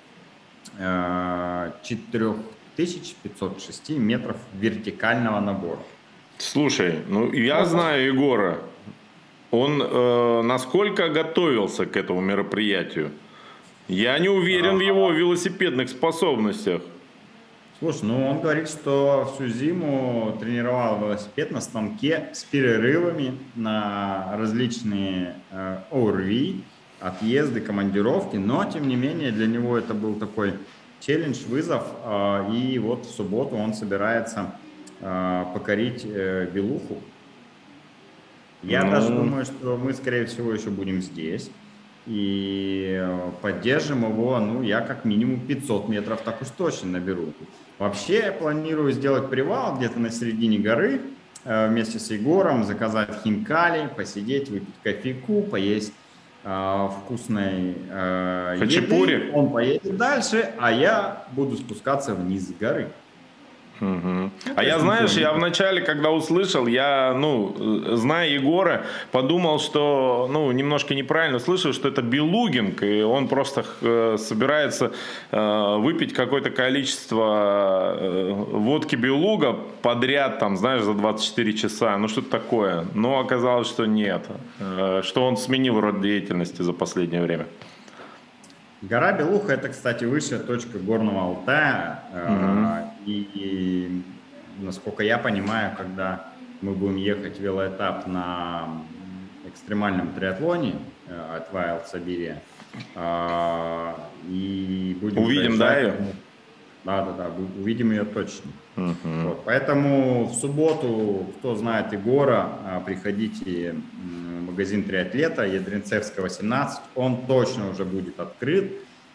э, четыре тысячи пятьсот шесть метров вертикального набора. Слушай, ну я знаю Егора. Он э, насколько готовился к этому мероприятию? Я не уверен а, в его велосипедных способностях. Слушай, ну он говорит, что всю зиму тренировал велосипед на станке с перерывами на различные э, о эр ви, отъезды, командировки, но тем не менее для него это был такой челлендж, вызов, э, и вот в субботу он собирается э, покорить э, Белуху. Я Ну, даже думаю, что мы, скорее всего, еще будем здесь и поддержим его, ну, я как минимум пятьсот метров так уж точно наберу. Вообще я планирую сделать привал где-то на середине горы э, вместе с Егором, заказать хинкали, посидеть, выпить кофейку, поесть э, вкусной э, хачапури. еды. Он поедет дальше, а я буду спускаться вниз с горы. Угу. А я, знаешь, я вначале, когда услышал, я, ну, зная Егора, подумал, что, ну, немножко неправильно слышал, что это белугинг, и он просто э, собирается э, выпить какое-то количество э, водки белуга подряд, там, знаешь, за двадцать четыре часа, ну, что-то такое. Но оказалось, что нет, э, что он сменил род деятельности за последнее время. Гора Белуха — это, кстати, высшая точка Горного Алтая. Угу. И, и, насколько я понимаю, когда мы будем ехать в велоэтап на экстремальном триатлоне от Wild Siberia, и будем увидим, да, ее? Да, да, да, увидим ее точно. Угу. Вот, поэтому в субботу, кто знает Егора, приходите в магазин триатлета Ядринцевского, семнадцать, он точно уже будет открыт.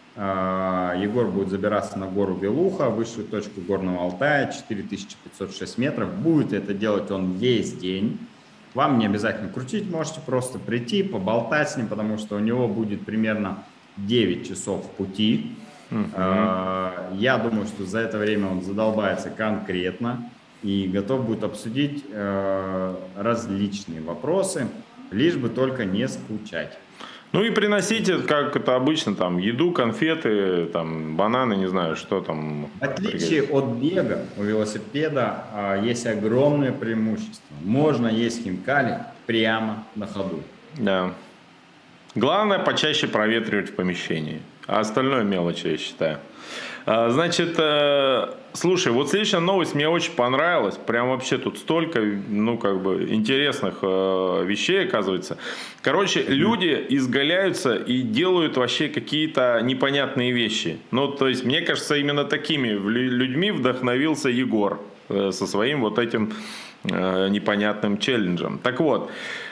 Егор будет забираться на гору Белуха, высшую точку Горного Алтая, четыре тысячи пятьсот шесть метров. Будет это делать он весь день. Вам не обязательно крутить, можете просто прийти, поболтать с ним, потому что у него будет примерно девять часов в пути. Uh-huh. Я думаю, что за это время он задолбается конкретно и готов будет обсудить различные вопросы, лишь бы только не скучать. Ну и приносите, как это обычно, там, еду, конфеты, там, бананы, не знаю, что там. В отличие от бега, у велосипеда а, есть огромное преимущество. Можно есть хинкали прямо на ходу. Да. Главное, почаще проветривать в помещении. А остальное мелочи, я считаю. Значит, слушай, вот следующая новость мне очень понравилась. Прям вообще тут столько, ну, как бы, интересных вещей, оказывается. Короче, люди изгаляются и делают вообще какие-то непонятные вещи. Ну, то есть, мне кажется, именно такими людьми вдохновился Егор со своим вот этим непонятным челленджем. Так вот.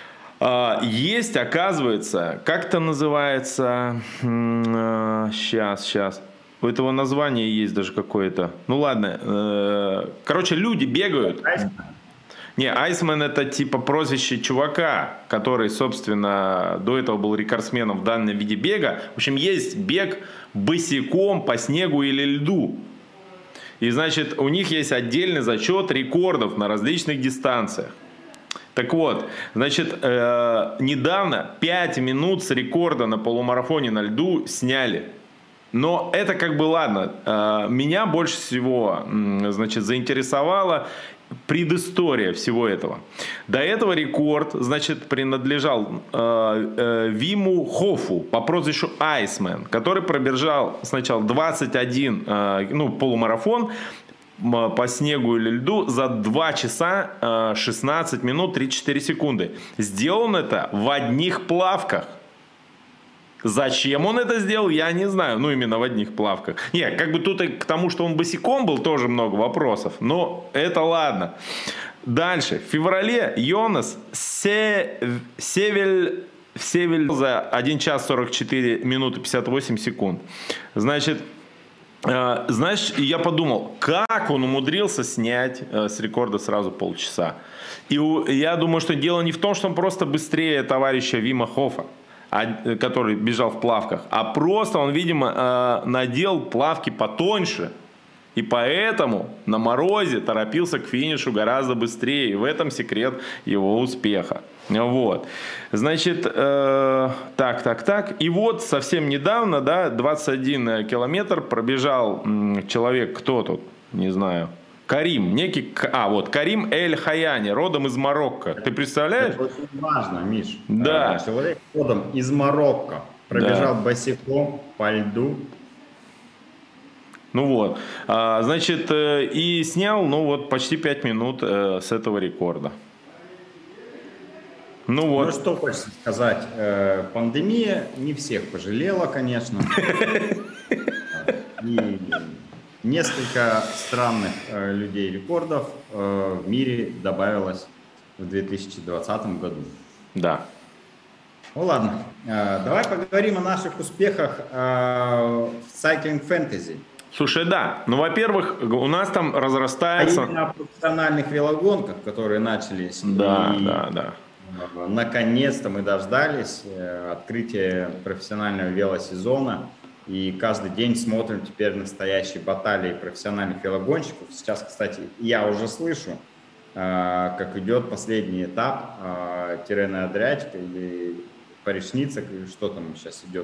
Есть, оказывается, как это называется, сейчас, сейчас, у этого названия есть даже какое-то, ну ладно, короче, люди бегают. Не, Айсмен — это типа прозвище чувака, который, собственно, до этого был рекордсменом в данном виде бега. В общем, есть бег босиком по снегу или льду. И, значит, у них есть отдельный зачет рекордов на различных дистанциях. Так вот, значит, э, недавно пять минут с рекорда на полумарафоне на льду сняли. Но это как бы ладно. Э, меня больше всего, значит, заинтересовала предыстория всего этого. До этого рекорд, значит, принадлежал э, э, Виму Хофу по прозвищу Айсмен, который пробежал сначала двадцать один, э, ну, полумарафон по снегу или льду за два часа шестнадцать минут тридцать четыре секунды. Сделал он это в одних плавках. Зачем он это сделал, я не знаю. Ну, именно в одних плавках. Нет, как бы тут и к тому, что он босиком был, тоже много вопросов. Но это ладно. Дальше. В феврале Йонас Севель, Севель за один час сорок четыре минуты пятьдесят восемь секунд. Значит... Знаешь, я подумал, как он умудрился снять с рекорда сразу полчаса. И я думаю, что дело не в том, что он просто быстрее товарища Вима Хофа, который бежал в плавках, а просто он, видимо, надел плавки потоньше. И поэтому на морозе торопился к финишу гораздо быстрее. И в этом секрет его успеха. Вот. Значит, э, так, так, так. И вот совсем недавно, да, двадцать один километр пробежал м, человек, кто тут, не знаю, Карим, некий, а вот Карим Эль-Хаяни, родом из Марокко. Ты представляешь? Это очень важно, Миш. Да. Человек родом из Марокко пробежал да. босиком по льду. Ну вот, а, значит, и снял, ну вот, почти пять минут с этого рекорда. Ну вот. Ну что хочется сказать, пандемия не всех пожалела, конечно. И несколько странных людей рекордов в мире добавилось в две тысячи двадцатом году. Да. Ну ладно, давай поговорим о наших успехах в Cycling Fantasy. Слушай, да, ну, во-первых, у нас там разрастается... А именно о профессиональных велогонках, которые начались. Да, и, да, да. Наконец-то мы дождались открытия профессионального велосезона. И каждый день смотрим теперь настоящие баталии профессиональных велогонщиков. Сейчас, кстати, я уже слышу, как идет последний этап Тиррено Адриатика или Париж-Ницца, что там сейчас идет.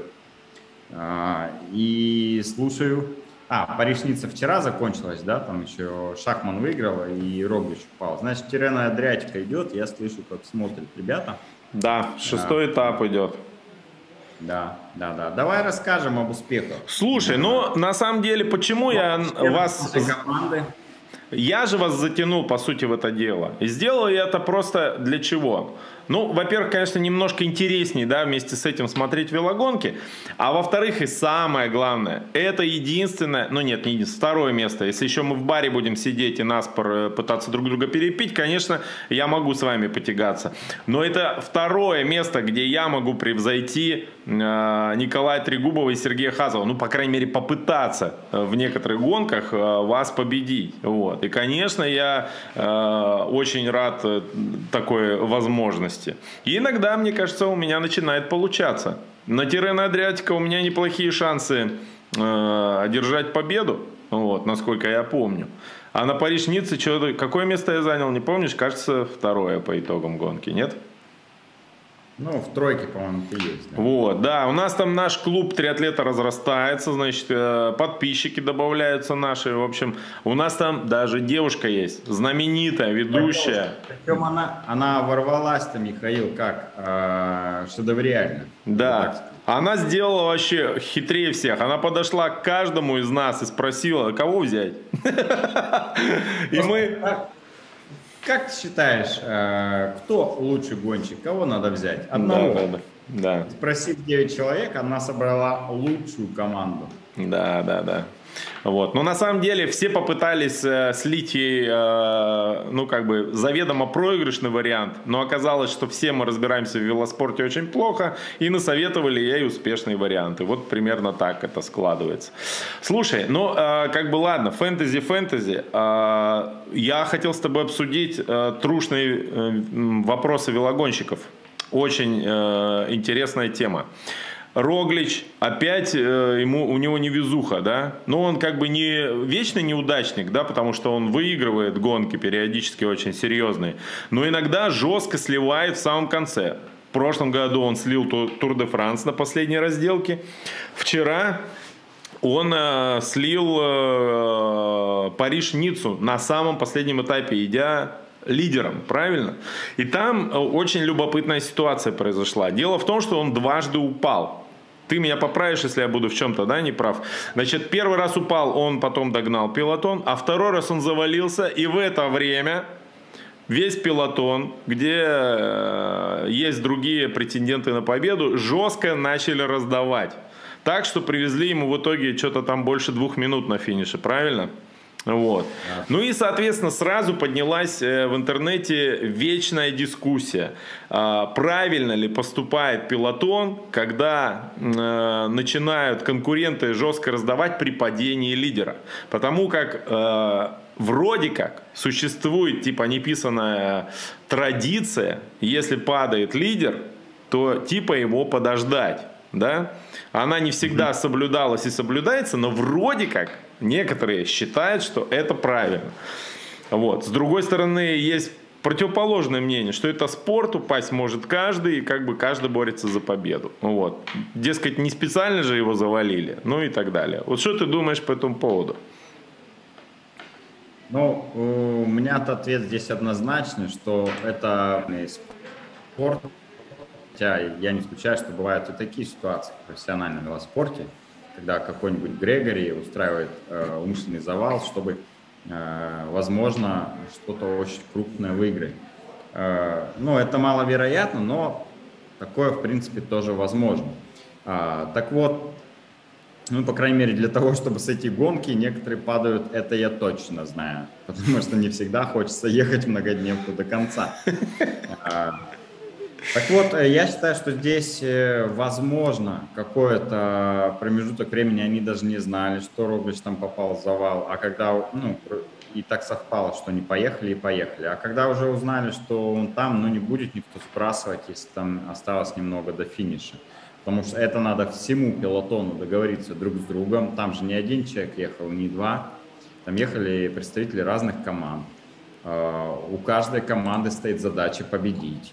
И слушаю... А, Париж-Ницца вчера закончилась, да, там еще Шахман выиграл и Роглич упал. Значит, Тиррено Адриатика идет, я слышу, как смотрят ребята. Да, шестой а, этап идет. Да, да, да. Давай расскажем об успехах. Слушай, ну, на самом деле, почему я вас... команды. Я же вас затянул, по сути, в это дело. И сделал я это просто для чего? Ну, во-первых, конечно, немножко интереснее, да, вместе с этим смотреть велогонки. А во-вторых, и самое главное, это единственное, ну нет, не единственное, второе место. Если еще мы в баре будем сидеть и нас пытаться друг друга перепить, конечно, я могу с вами потягаться. Но это второе место, где я могу превзойти э, Николая Трегубова и Сергея Хазова. Ну, по крайней мере, попытаться в некоторых гонках э, вас победить. Вот. И, конечно, я э, очень рад такой возможности. И иногда, мне кажется, у меня начинает получаться. На Тиррено Адриатика у меня неплохие шансы э, одержать победу, вот, насколько я помню. А на Париж-Ницце что-то, какое место я занял, не помнишь? Кажется, второе по итогам гонки, нет? Ну, в тройке, по-моему, ты есть. Да? Вот, да, у нас там наш клуб триатлета разрастается, значит, подписчики добавляются наши, в общем, у нас там даже девушка есть, знаменитая, ведущая. Причем она, она ворвалась-то, Михаил, как э, шедевриально. Да, она сделала вообще хитрее всех, она подошла к каждому из нас и спросила, кого взять. И мы... Как ты считаешь, кто лучший гонщик? Кого надо взять? Одного. Да, да, да. Спросив девять человек, она собрала лучшую команду. Да, да, да. Вот. Но на самом деле все попытались э, слить ей, э, ну, как бы, заведомо проигрышный вариант, но оказалось, что все мы разбираемся в велоспорте очень плохо и насоветовали ей успешные варианты. Вот примерно так это складывается. Слушай, ну, э, как бы, ладно, фэнтези-фэнтези. Э, я хотел с тобой обсудить э, трушные э, вопросы велогонщиков. Очень э, интересная тема. Роглич, опять э, ему, у него невезуха, да, но он как бы не вечный неудачник, да, потому что он выигрывает гонки периодически очень серьезные, но иногда жестко сливает в самом конце. В прошлом году он слил Тур де Франс на последней разделке, вчера он э, слил э, Париж-Ниццу на самом последнем этапе, идя лидером, правильно? И там очень любопытная ситуация произошла. Дело в том, что он дважды упал. Ты меня поправишь, если я буду в чем-то, да, не прав. Значит, первый раз упал, он потом догнал пелотон, а второй раз он завалился, и в это время весь пелотон, где есть другие претенденты на победу, жестко начали раздавать. Так что привезли ему в итоге что-то там больше двух минут на финише, правильно? Вот. Ну и, соответственно, сразу поднялась в интернете вечная дискуссия. Правильно ли поступает пелотон, когда начинают конкуренты жестко раздавать при падении лидера. Потому как вроде как существует типа неписанная традиция, если падает лидер, то типа его подождать. Да? Она не всегда соблюдалась и соблюдается, но вроде как некоторые считают, что это правильно. Вот. С другой стороны, есть противоположное мнение, что это спорт, упасть может каждый, и как бы каждый борется за победу. Вот. Дескать, не специально же его завалили, ну и так далее. Вот что ты думаешь по этому поводу? Ну, у меня-то ответ здесь однозначный, что это спорт. Хотя я не исключаю, что бывают и такие ситуации в профессиональном велоспорте, когда какой-нибудь Грегори устраивает э, умышленный завал, чтобы, э, возможно, что-то очень крупное выиграть. Э, ну, это маловероятно, но такое, в принципе, тоже возможно. А, так вот, ну, по крайней мере, для того, чтобы сойти гонки, некоторые падают, это я точно знаю, потому что не всегда хочется ехать в многодневку до конца. Так вот, я считаю, что здесь возможно какой-то промежуток времени, они даже не знали, что Роглич там попал в завал, а когда, ну, и так совпало, что они поехали и поехали, а когда уже узнали, что он там, ну, не будет никто сбрасывать, если там осталось немного до финиша. Потому что это надо всему пелотону договориться друг с другом. Там же не один человек ехал, не два. Там ехали представители разных команд. У каждой команды стоит задача победить.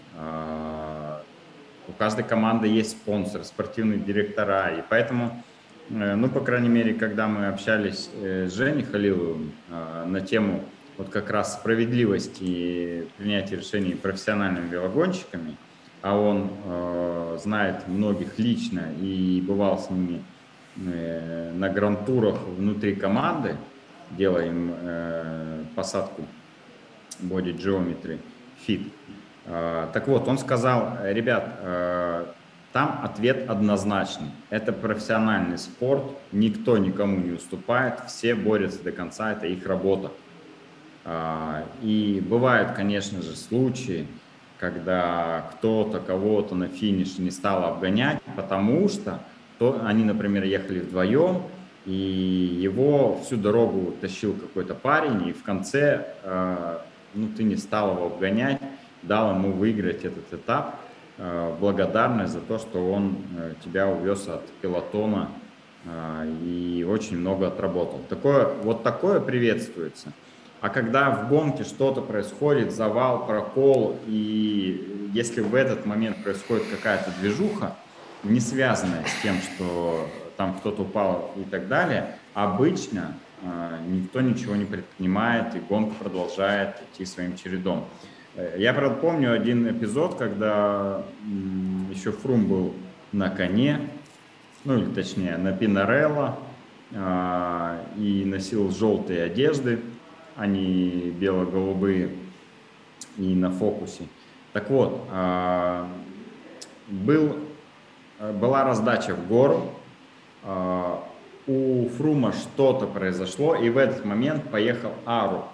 У каждой команды есть спонсор, спортивные директора. И поэтому, ну, по крайней мере, когда мы общались с Женей Халиловым на тему вот как раз справедливости принятия решений профессиональными велогонщиками, а он э, знает многих лично и бывал с ними э, на гран-турах внутри команды, делаем э, посадку Body Geometry Fit. Э, так вот, он сказал, ребят, э, там ответ однозначный. Это профессиональный спорт, никто никому не уступает, все борются до конца, это их работа. Э, и бывают, конечно же, случаи, когда кто-то кого-то на финише не стал обгонять, потому что то, они, например, ехали вдвоем, и его всю дорогу тащил какой-то парень, и в конце э, ну, ты не стал его обгонять, дал ему выиграть этот этап, э, благодарность за то, что он э, тебя увез от пелотона э, и очень много отработал. Такое, вот такое приветствуется. А когда в гонке что-то происходит, завал, прокол, и если в этот момент происходит какая-то движуха, не связанная с тем, что там кто-то упал и так далее, обычно э, никто ничего не предпринимает, и гонка продолжает идти своим чередом. Я, правда, помню один эпизод, когда м, еще Фрум был на коне, ну или точнее на Пинарелло, э, и носил желтые одежды, они бело-голубые и на фокусе. Так вот, был, была раздача в гору, у Фрума что-то произошло, и в этот момент поехал Ару.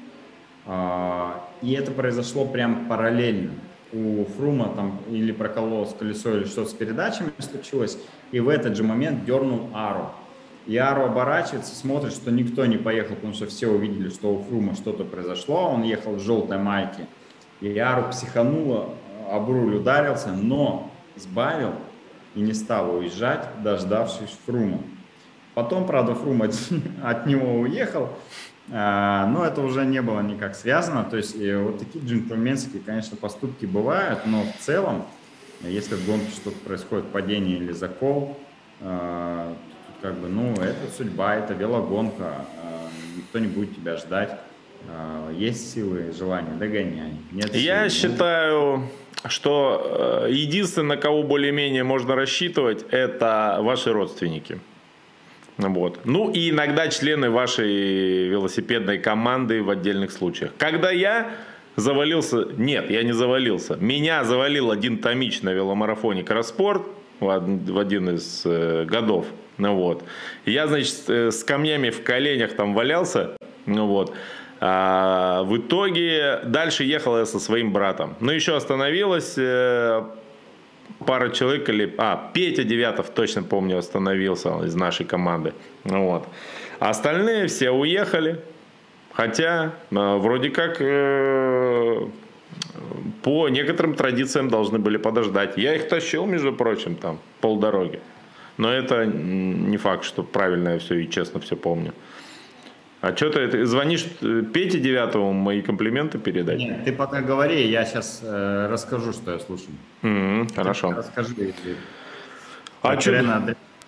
И это произошло прям параллельно. У Фрума там или прокололось колесо, или что-то с передачами случилось, и в этот же момент дернул Ару. И Ару оборачивается, смотрит, что никто не поехал, потому что все увидели, что у Фрума что-то произошло. Он ехал в желтой майке. И Ару психануло, об руль ударился, но сбавил и не стал уезжать, дождавшись Фрума. Потом, правда, Фрум от, от него уехал, но это уже не было никак связано. То есть вот такие джентльменские, конечно, поступки бывают, но в целом, если в гонке что-то происходит, падение или закол, как бы, ну, это судьба, это велогонка, никто не будет тебя ждать. Есть силы, желание, догоняй. Нет Я силы, считаю, что единственное, на кого более-менее можно рассчитывать, это ваши родственники. Вот. Ну и иногда члены вашей велосипедной команды в отдельных случаях. Когда я завалился, нет, я не завалился, меня завалил один томич на веломарафоне Кросспорт в один из годов. Ну вот. Я, значит, с камнями в коленях там валялся. Ну вот. А в итоге дальше ехал я со своим братом. Ну еще остановилась э, пара человек. Или, а, Петя Девятов, точно помню, остановился из нашей команды. Ну вот. А остальные все уехали. Хотя э, вроде как э, по некоторым традициям должны были подождать. Я их тащил, между прочим, там полдороги. Но это не факт, что правильно я все и честно все помню. А что ты звонишь Пете Девятову мои комплименты передать? Нет, ты пока говори, я сейчас э, расскажу, что я слушаю. Mm-hmm, хорошо. Расскажи, если... А что...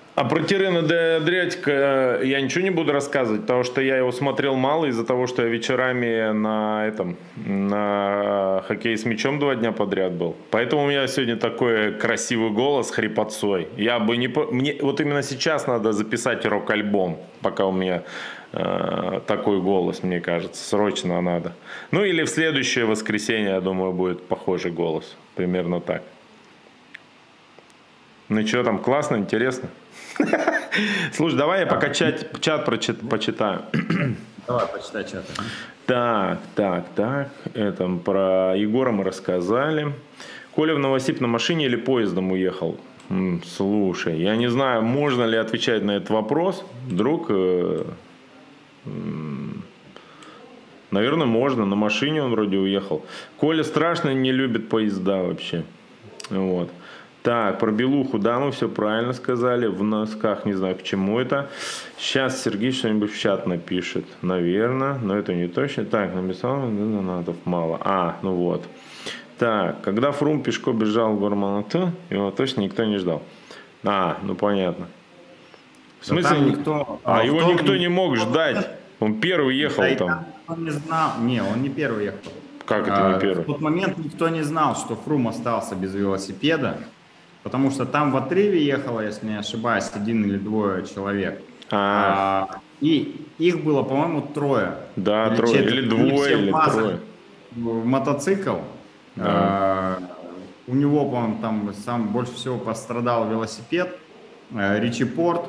А про Тирена де Адриатика я ничего не буду рассказывать, потому что я его смотрел мало из-за того, что я вечерами на этом на хоккей с мячом два дня подряд был. Поэтому у меня сегодня такой красивый голос хрипотцой. Я бы не мне вот именно сейчас надо записать рок-альбом, пока у меня э, такой голос, мне кажется, срочно надо. Ну или в следующее воскресенье, я думаю, будет похожий голос, примерно так. Ну что там, классно, интересно? Слушай, давай я пока чат, чат прочит, почитаю. Давай, почитай чат. Так, так, так. Это про Егора мы рассказали. Коля в Новосиб на машине или поездом уехал? М, слушай, я не знаю, можно ли отвечать на этот вопрос. Вдруг... Э, э, наверное, можно. На машине он вроде уехал. Коля страшно не любит поезда вообще. Вот. Так, про белуху, да, мы все правильно сказали. В носках, не знаю, к чему это. Сейчас Сергей что-нибудь в чат напишет. Наверное, но это не точно. Так, написал, донатов мало. А, ну вот. Так, когда Фрум пешко бежал в Гормонату, его точно никто не ждал. А, ну понятно. В смысле, да никто, а, а его том, никто не мог ждать. Он первый ехал да, там. Он не знал. Не, он не первый ехал. Как это а, не первый? В тот момент никто не знал, что Фрум остался без велосипеда. Потому что там в отрыве ехало, если не ошибаюсь, один или двое человек. А. А, и их было, по-моему, трое. Да, или трое. Четверть. Или двое, или трое. В мотоцикл. Да. А, у него, по-моему, там сам больше всего пострадал велосипед. Ричи Порт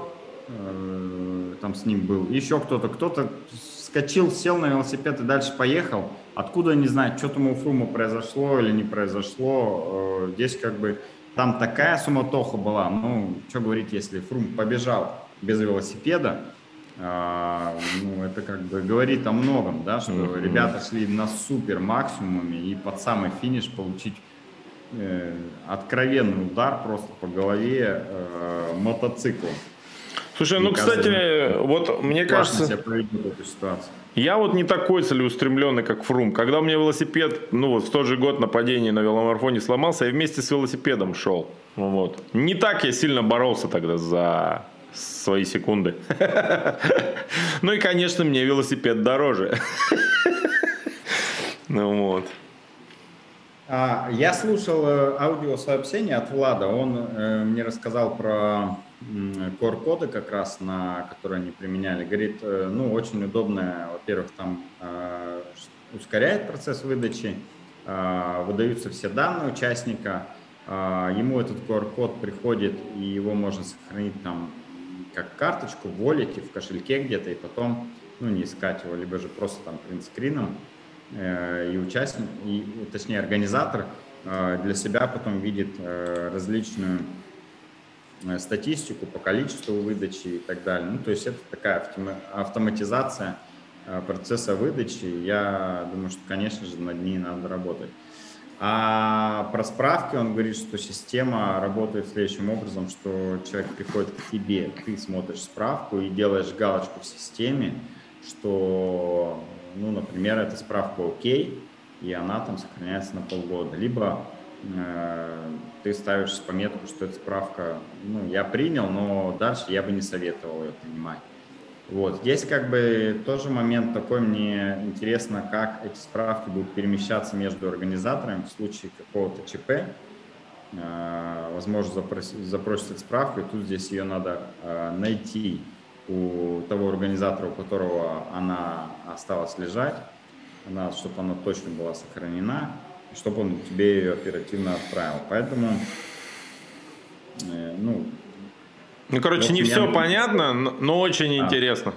там с ним был. Еще кто-то. Кто-то вскочил, сел на велосипед и дальше поехал. Откуда, не знаю, что там у Фрума произошло или не произошло. Здесь как бы... Там такая суматоха была, ну, что говорить, если Фрум побежал без велосипеда, э, ну, это как бы говорит о многом, да, что mm-hmm. ребята шли на супер максимуме и под самый финиш получить э, откровенный удар просто по голове э, мотоциклом. Слушай, ну, кстати, вот мне кажется... себя проведет эту ситуацию. Я вот не такой целеустремленный, как Фрум. Когда у меня велосипед, ну вот в тот же год на падении на веломарафоне сломался, я вместе с велосипедом шел. Вот. Не так я сильно боролся тогда за свои секунды. Ну и, конечно, мне велосипед дороже. Ну вот. Я слушал аудиосообщение от Влада. Он э, мне рассказал про ку ар-коды как раз, на которые они применяли. Говорит, э, ну, очень удобно, во-первых, там э, ускоряет процесс выдачи, э, выдаются все данные участника, э, ему этот ку ар-код приходит, и его можно сохранить там как карточку в воллете, в кошельке где-то, и потом, ну, не искать его, либо же просто там принтскрином. И участник, и, точнее организатор для себя потом видит различную статистику по количеству выдачи и так далее. Ну, то есть это такая автоматизация процесса выдачи. Я думаю, что, конечно же, над ней надо работать. А про справки он говорит, что система работает следующим образом, что человек приходит к тебе, ты смотришь справку и делаешь галочку в системе, что... Ну, например, эта справка окей, и она там сохраняется на полгода. Либо э, ты ставишь пометку, что эта справка, ну, я принял, но дальше я бы не советовал ее принимать. Вот. Здесь как бы тоже момент такой, мне интересно, как эти справки будут перемещаться между организаторами в случае какого-то ЧП. Э, возможно, запросить, запросить эту справку, и тут здесь ее надо э, найти у того организатора, у которого она осталась лежать, она, чтобы она точно была сохранена, чтобы он тебе ее оперативно отправил. Поэтому, э, ну... Ну, короче, вот не все не... понятно, но, но очень а. интересно.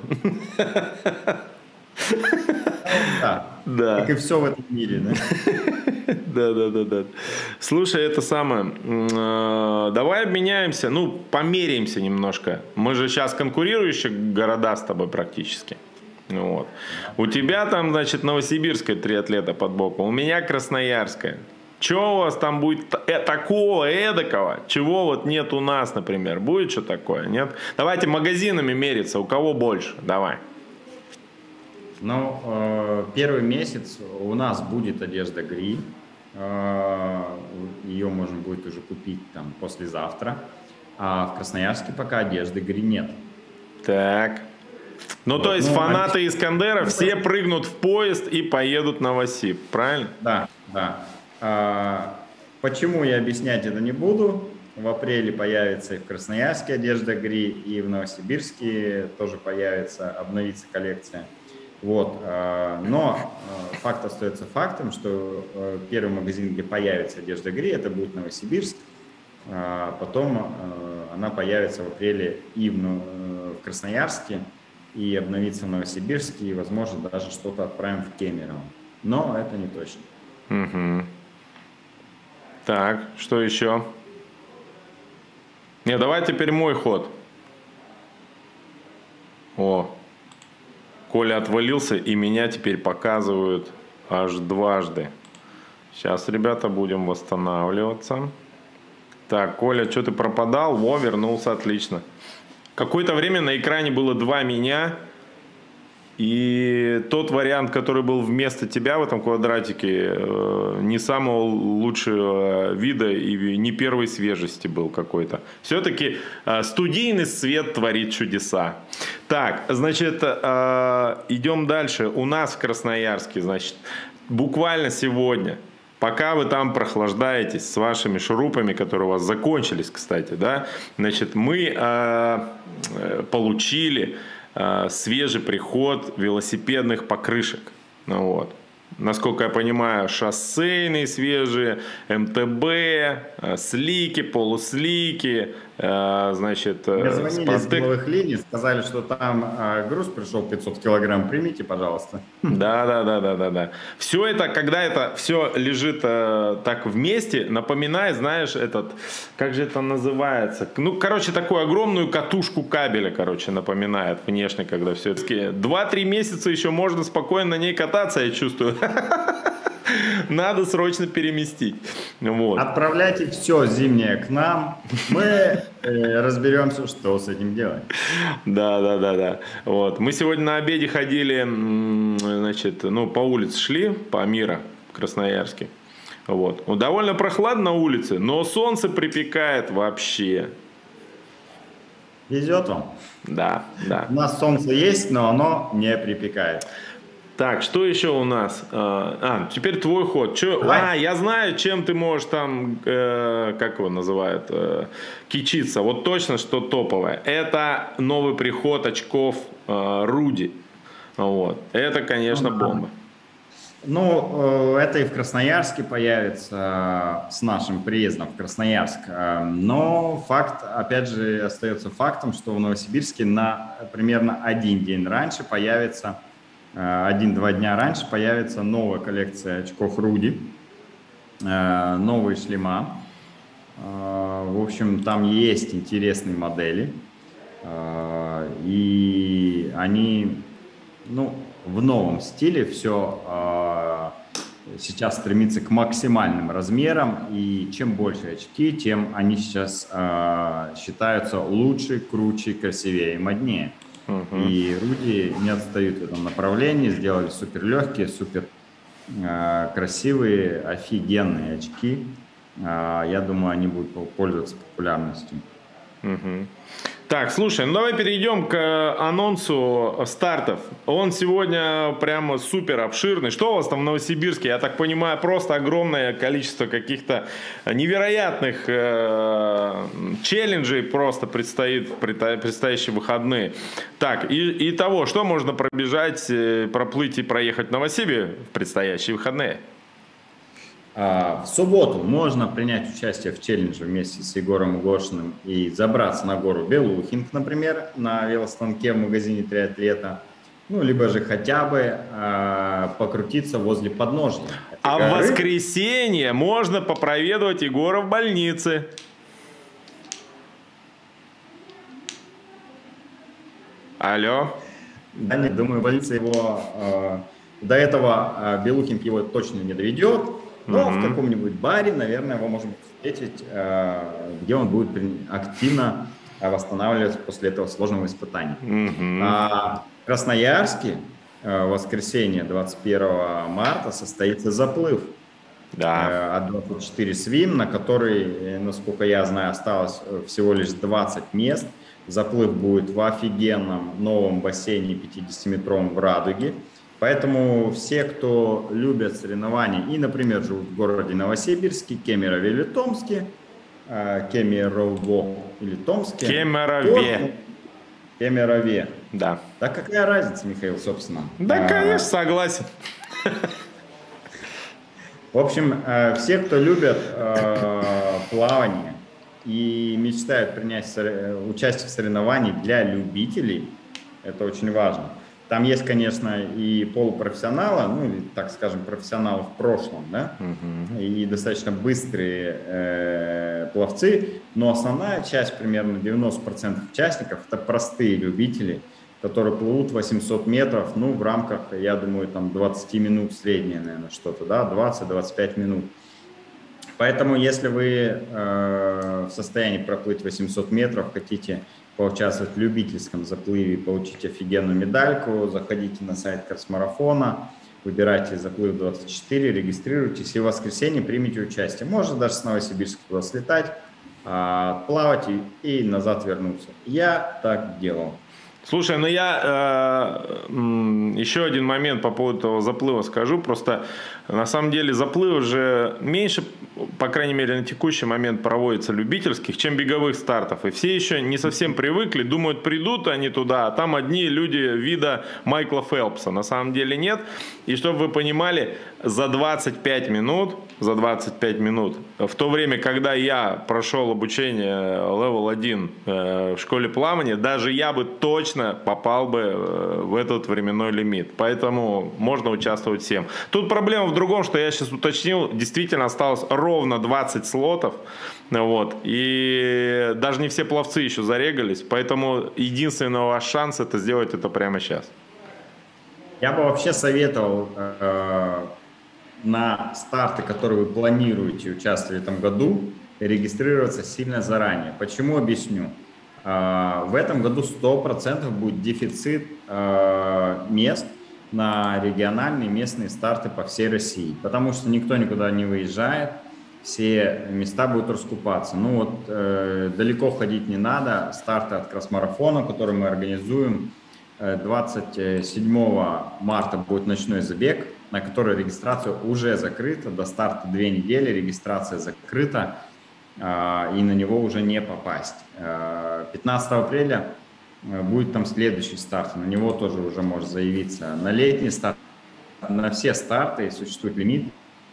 Да, да. Как и все в этом мире, да? Да, да, да, да. Слушай, это самое. Давай обменяемся, ну, померяемся немножко. Мы же сейчас конкурирующие города с тобой практически. Вот. У тебя там, значит, новосибирская триатлета под боком, у меня красноярская. Чего у вас там будет такого, эдакого, чего вот нет у нас, например? Будет что такое, нет? Давайте магазинами мериться, у кого больше, давай. Ну, э, первый месяц у нас будет одежда Гри. Э, ее можно будет уже купить там послезавтра. а в Красноярске пока одежды Гри нет. Так. Ну, вот. То есть ну, фанаты они... Искандера все прыгнут в поезд и поедут в Новосиб, правильно? Да, да. А, почему я объяснять это не буду. В апреле появится и в Красноярске одежда Гри, и в Новосибирске тоже появится, обновится коллекция. Вот. Но факт остается фактом, что первый магазин, где появится одежда Гри, это будет Новосибирск. Потом она появится в апреле и в Красноярске, и обновится в Новосибирске, и, возможно, даже что-то отправим в Кемерово. Но это не точно. Угу. Так, что еще? Не, давай теперь мой ход. О, Коля отвалился, и меня теперь показывают аж дважды. Сейчас, ребята, будем восстанавливаться. Так, Коля, что ты пропадал? Во, вернулся, отлично. Какое-то время на экране было два меня. И тот вариант, который был вместо тебя в этом квадратике, не самого лучшего вида и не первой свежести был какой-то. Все-таки студийный свет творит чудеса. Так, значит, идем дальше. У нас в Красноярске, значит, буквально сегодня, пока вы там прохлаждаетесь с вашими шурупами, которые у вас закончились, кстати, да, значит, мы получили свежий приход велосипедных покрышек. Ну, вот. Насколько я понимаю, шоссейные свежие, эм тэ бэ, слики, полуслики, значит, мне звонили с белых линий, сказали, что там груз пришел пятьсот килограмм, примите, пожалуйста. Да, да, да, да, да, да. Все это, когда это все лежит э, так вместе, напоминает, знаешь, этот, как же это называется? Ну, короче, такую огромную катушку кабеля, короче, напоминает внешне, когда все это. два-три месяца еще можно спокойно на ней кататься, я чувствую. Надо срочно переместить. Вот. Отправляйте все зимнее к нам. Мы э, разберемся, что с этим делать. Да, да, да, да. Вот. Мы сегодня на обеде ходили, значит, ну, по улице шли, по Мира в Красноярске. Вот. Ну, довольно прохладно на улице, но солнце припекает вообще. Везет вам. Да, да. У нас солнце есть, но оно не припекает. Так, что еще у нас? А, теперь твой ход. Че? А, я знаю, чем ты можешь там, э, как его называют, э, кичиться. Вот точно, что топовое. Это новый приход очков э, Руди. Вот. Это, конечно, бомба. Ну, это и в Красноярске появится с нашим приездом в Красноярск. Но факт, опять же, остается фактом, что в Новосибирске на примерно один день раньше появится... Один-два дня раньше появится новая коллекция очков Руди, новые шлема. В общем, там есть интересные модели. И они, ну, в новом стиле все сейчас стремится к максимальным размерам. И чем больше очки, тем они сейчас считаются лучше, круче, красивее и моднее. Uh-huh. И Руди не отстают в этом направлении, сделали супер легкие, супер э, красивые, офигенные очки. Э, я думаю, они будут пользоваться популярностью. Uh-huh. Так, слушай, ну давай перейдем к анонсу стартов. Он сегодня прямо супер обширный. Что у вас там в Новосибирске? Я так понимаю, просто огромное количество каких-то невероятных э, челленджей просто предстоит в предстоящие выходные. Так, и, и того, что можно пробежать, проплыть и проехать в Новосибе в предстоящие выходные? В субботу можно принять участие в челлендже вместе с Егором Гошиным и забраться на гору Белухинг, например, на велостанке в магазине «Триатлета». Ну, либо же хотя бы э, покрутиться возле подножья. А горы. В воскресенье можно попроведывать Егора в больнице. Алло? Да нет, думаю, больница его... Э, до этого э, Белухинг его точно не доведет. Но mm-hmm. в каком-нибудь баре, наверное, его можно встретить, где он будет активно восстанавливаться после этого сложного испытания. Mm-hmm. А в Красноярске в воскресенье двадцать первого марта состоится заплыв. Да. от двадцать четыре Swim, на который, насколько я знаю, осталось всего лишь двадцать мест. Заплыв будет в офигенном новом бассейне пятидесятиметровом в Радуге. Поэтому все, кто любят соревнования и, например, живут в городе Новосибирске, Кемерове или Томске, Кемерово или Томске. Кемерове. Кемерове. Да. Да какая разница, Михаил, собственно? Да, конечно, согласен. В общем, все, кто любят плавание и мечтают принять участие в соревновании для любителей, это очень важно. Там есть, конечно, и полупрофессионалы, ну, или, так скажем, профессионалы в прошлом, да, uh-huh. и достаточно быстрые э, пловцы, но основная часть, примерно девяносто процентов участников, это простые любители, которые плывут восемьсот метров, ну, в рамках, я думаю, там двадцать минут среднее, наверное, что-то, да, двадцать-двадцать пять минут. Поэтому, если вы э, в состоянии проплыть восемьсот метров, хотите поучаствовать в любительском заплыве, получить офигенную медальку, заходите на сайт Кросс-марафона, выбирайте заплыв двадцать четыре, регистрируйтесь и в воскресенье примите участие. Можно даже с Новосибирска туда слетать, плавать и, и назад вернуться. Я так делал. Слушай, ну я э, еще один момент по поводу этого заплыва скажу. Просто на самом деле заплывы же меньше, по крайней мере на текущий момент, проводится любительских, чем беговых стартов. И все еще не совсем привыкли, думают, придут они туда, а там одни люди вида Майкла Фелпса. На самом деле нет. И чтобы вы понимали, за двадцать пять минут, за двадцать пять минут, в то время, когда я прошел обучение левел один в школе плавания, даже я бы точно попал бы в этот временной лимит. Поэтому можно участвовать всем. Тут проблема в другом, что я сейчас уточнил, действительно осталось ровно двадцать слотов. Вот, и даже не все пловцы еще зарегались. Поэтому единственный ваш шанс это сделать это прямо сейчас. Я бы вообще советовал э, на старты, которые вы планируете участвовать в этом году, регистрироваться сильно заранее. Почему, объясню. В этом году сто процентов будет дефицит мест на региональные местные старты по всей России, потому что никто никуда не выезжает, все места будут раскупаться. Ну вот далеко ходить не надо, старты от Кросс-марафона, который мы организуем, двадцать седьмого марта будет ночной забег, на который регистрация уже закрыта, до старта две недели, регистрация закрыта. И на него уже не попасть. пятнадцатого апреля будет там следующий старт, на него тоже уже можно заявиться. На летний старт, на все старты существует лимит.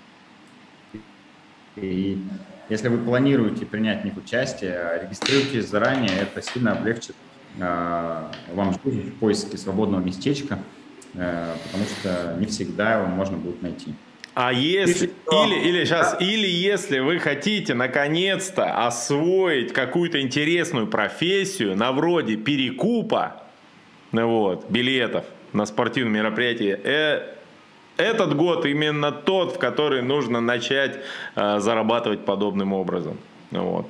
И если вы планируете принять в них участие, регистрируйтесь заранее, это сильно облегчит вам жизнь в поиске свободного местечка, потому что не всегда его можно будет найти. А если, или, или, сейчас, или если вы хотите наконец-то освоить какую-то интересную профессию на вроде перекупа вот, билетов на спортивные мероприятия, э, этот год именно тот, в который нужно начать э, зарабатывать подобным образом. Вот.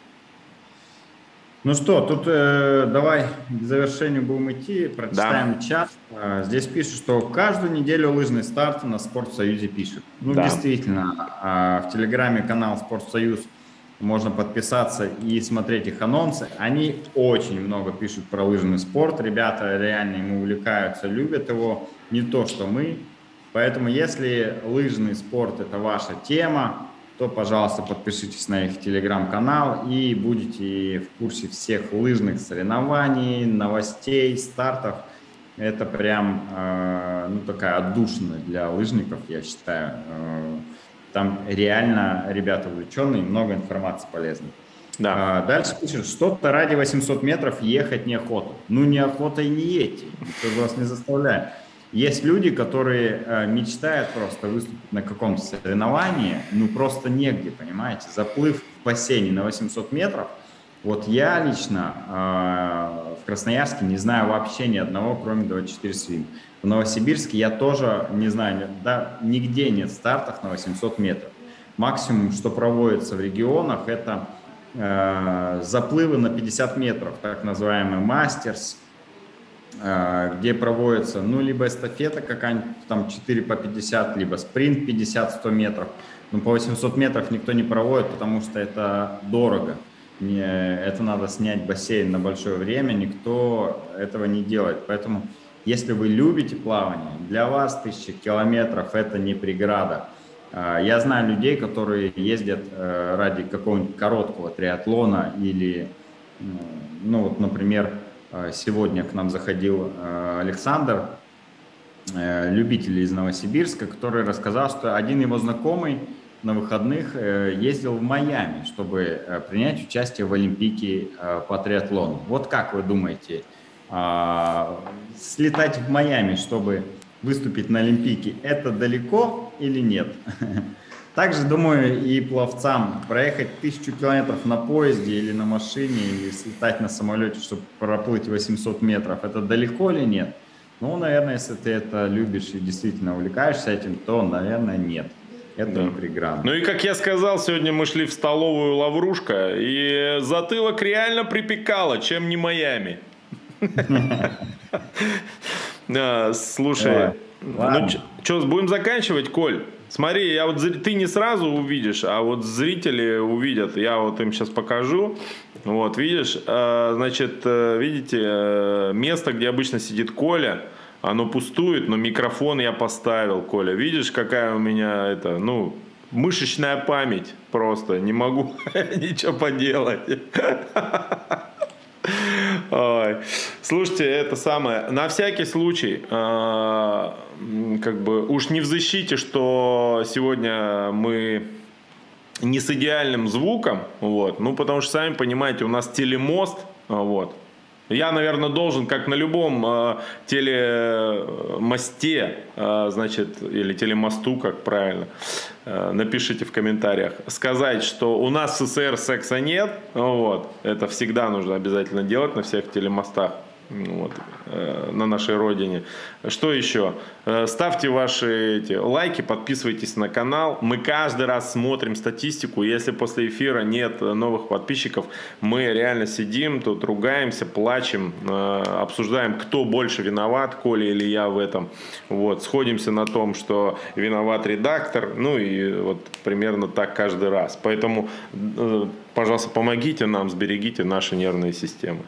Ну что, тут э, давай к завершению будем идти, прочитаем да. чат. Э, здесь пишут, что каждую неделю лыжные старты на Спортсоюзе пишут. Ну, да. действительно, э, в телеграме канал Спортсоюз можно подписаться и смотреть их анонсы. Они очень много пишут про лыжный спорт. Ребята реально им увлекаются, любят его, не то что мы. Поэтому, если лыжный спорт – это ваша тема, то, пожалуйста, подпишитесь на их телеграм-канал и будете в курсе всех лыжных соревнований, новостей, стартов. Это прям э, ну, такая отдушина для лыжников, я считаю. Э, там реально ребята увлеченные, много информации полезной. Да. Э, дальше пишут, что-то ради восьмисот метров ехать неохота. Ну, неохота и не едьте, никто вас не заставляет. Есть люди, которые э, мечтают просто выступить на каком-то соревновании, ну просто негде, понимаете, заплыв в бассейне на восемьсот метров. Вот я лично э, в Красноярске не знаю вообще ни одного, кроме двадцать четыре Swim. В Новосибирске я тоже не знаю, да, нигде нет стартов на восемьсот метров. Максимум, что проводится в регионах, это э, заплывы на пятьдесят метров, так называемый мастерс, где проводится, ну, либо эстафета какая-нибудь, там четыре по пятьдесят, либо спринт пятьдесят-сто метров. Но по восемьсот метров никто не проводит, потому что это дорого. Не, это надо снять бассейн на большое время, никто этого не делает. Поэтому, если вы любите плавание, для вас тысяча километров это не преграда. Я знаю людей, которые ездят ради какого-нибудь короткого триатлона или, ну вот, например, сегодня к нам заходил Александр, любитель из Новосибирска, который рассказал, что один его знакомый на выходных ездил в Майами, чтобы принять участие в Олимпийке по триатлону. Вот как вы думаете, слетать в Майами, чтобы выступить на Олимпийке, это далеко или нет? Также, думаю, и пловцам проехать тысячу километров на поезде или на машине, или слетать на самолете, чтобы проплыть восемьсот метров, это далеко или нет? Ну, наверное, если ты это любишь и действительно увлекаешься этим, то, наверное, нет. Это да. не преграда. Ну и, как я сказал, сегодня мы шли в столовую «Лаврушка», и затылок реально припекало, чем не Майами. Слушай, ну что, будем заканчивать, Коль? Смотри, я вот ты не сразу увидишь, а вот зрители увидят. Я вот им сейчас покажу. Вот, видишь, значит, видите, место, где обычно сидит Коля, оно пустует, но микрофон я поставил, Коля. Видишь, какая у меня это, ну, мышечная память просто. Не могу ничего поделать. Ой. Слушайте, это самое, на всякий случай, э, как бы уж не в защите, что сегодня мы не с идеальным звуком, вот, ну потому что, сами понимаете, у нас телемост, вот. Я, наверное, должен, как на любом э, телемосте, э, значит, или телемосту, как правильно, э, напишите в комментариях, сказать, что у нас в СССР секса нет, вот, это всегда нужно обязательно делать на всех телемостах. Вот, э, на нашей родине. Что еще? Э, ставьте ваши эти лайки, подписывайтесь на канал. Мы каждый раз смотрим статистику. Если после эфира нет новых подписчиков, мы реально сидим, тут ругаемся, плачем, э, обсуждаем, кто больше виноват, Коля или я в этом. Вот, сходимся на том, что виноват редактор. Ну и вот примерно так каждый раз. Поэтому, э, пожалуйста, помогите нам, сберегите наши нервные системы.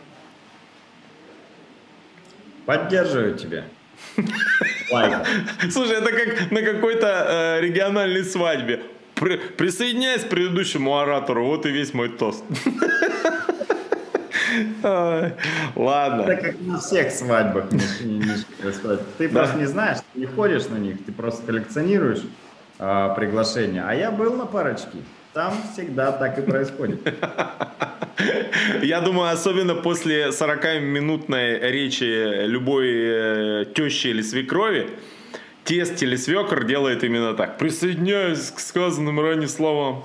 Поддерживаю тебя. Лайк. Слушай, это как на какой-то э, региональной свадьбе. При, присоединяюсь к предыдущему оратору, вот и весь мой тост. Ладно. Это как на всех свадьбах. Ты просто не знаешь, ты не ходишь на них, ты просто коллекционируешь приглашения. А я был на парочке. Там всегда так и происходит. Я думаю, особенно после сорокаминутной речи любой э, тещи или свекрови, тесть или свекр делает именно так. Присоединяюсь к сказанным ранее словам.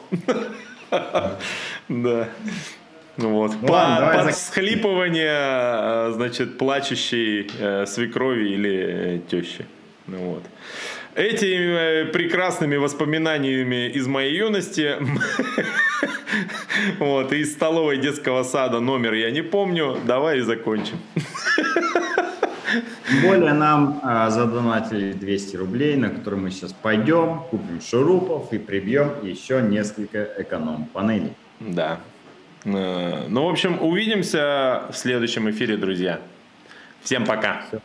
Да. Вот. Под всхлипывание, значит, плачущей свекрови или тещи. Вот. Этими прекрасными воспоминаниями из моей юности, вот, из столовой детского сада, номер я не помню, давай и закончим. Тем более нам а, задонатили двести рублей, на которые мы сейчас пойдем, купим шурупов и прибьем еще несколько эконом-панелей. Да. Ну, в общем, увидимся в следующем эфире, друзья. Всем пока. Все.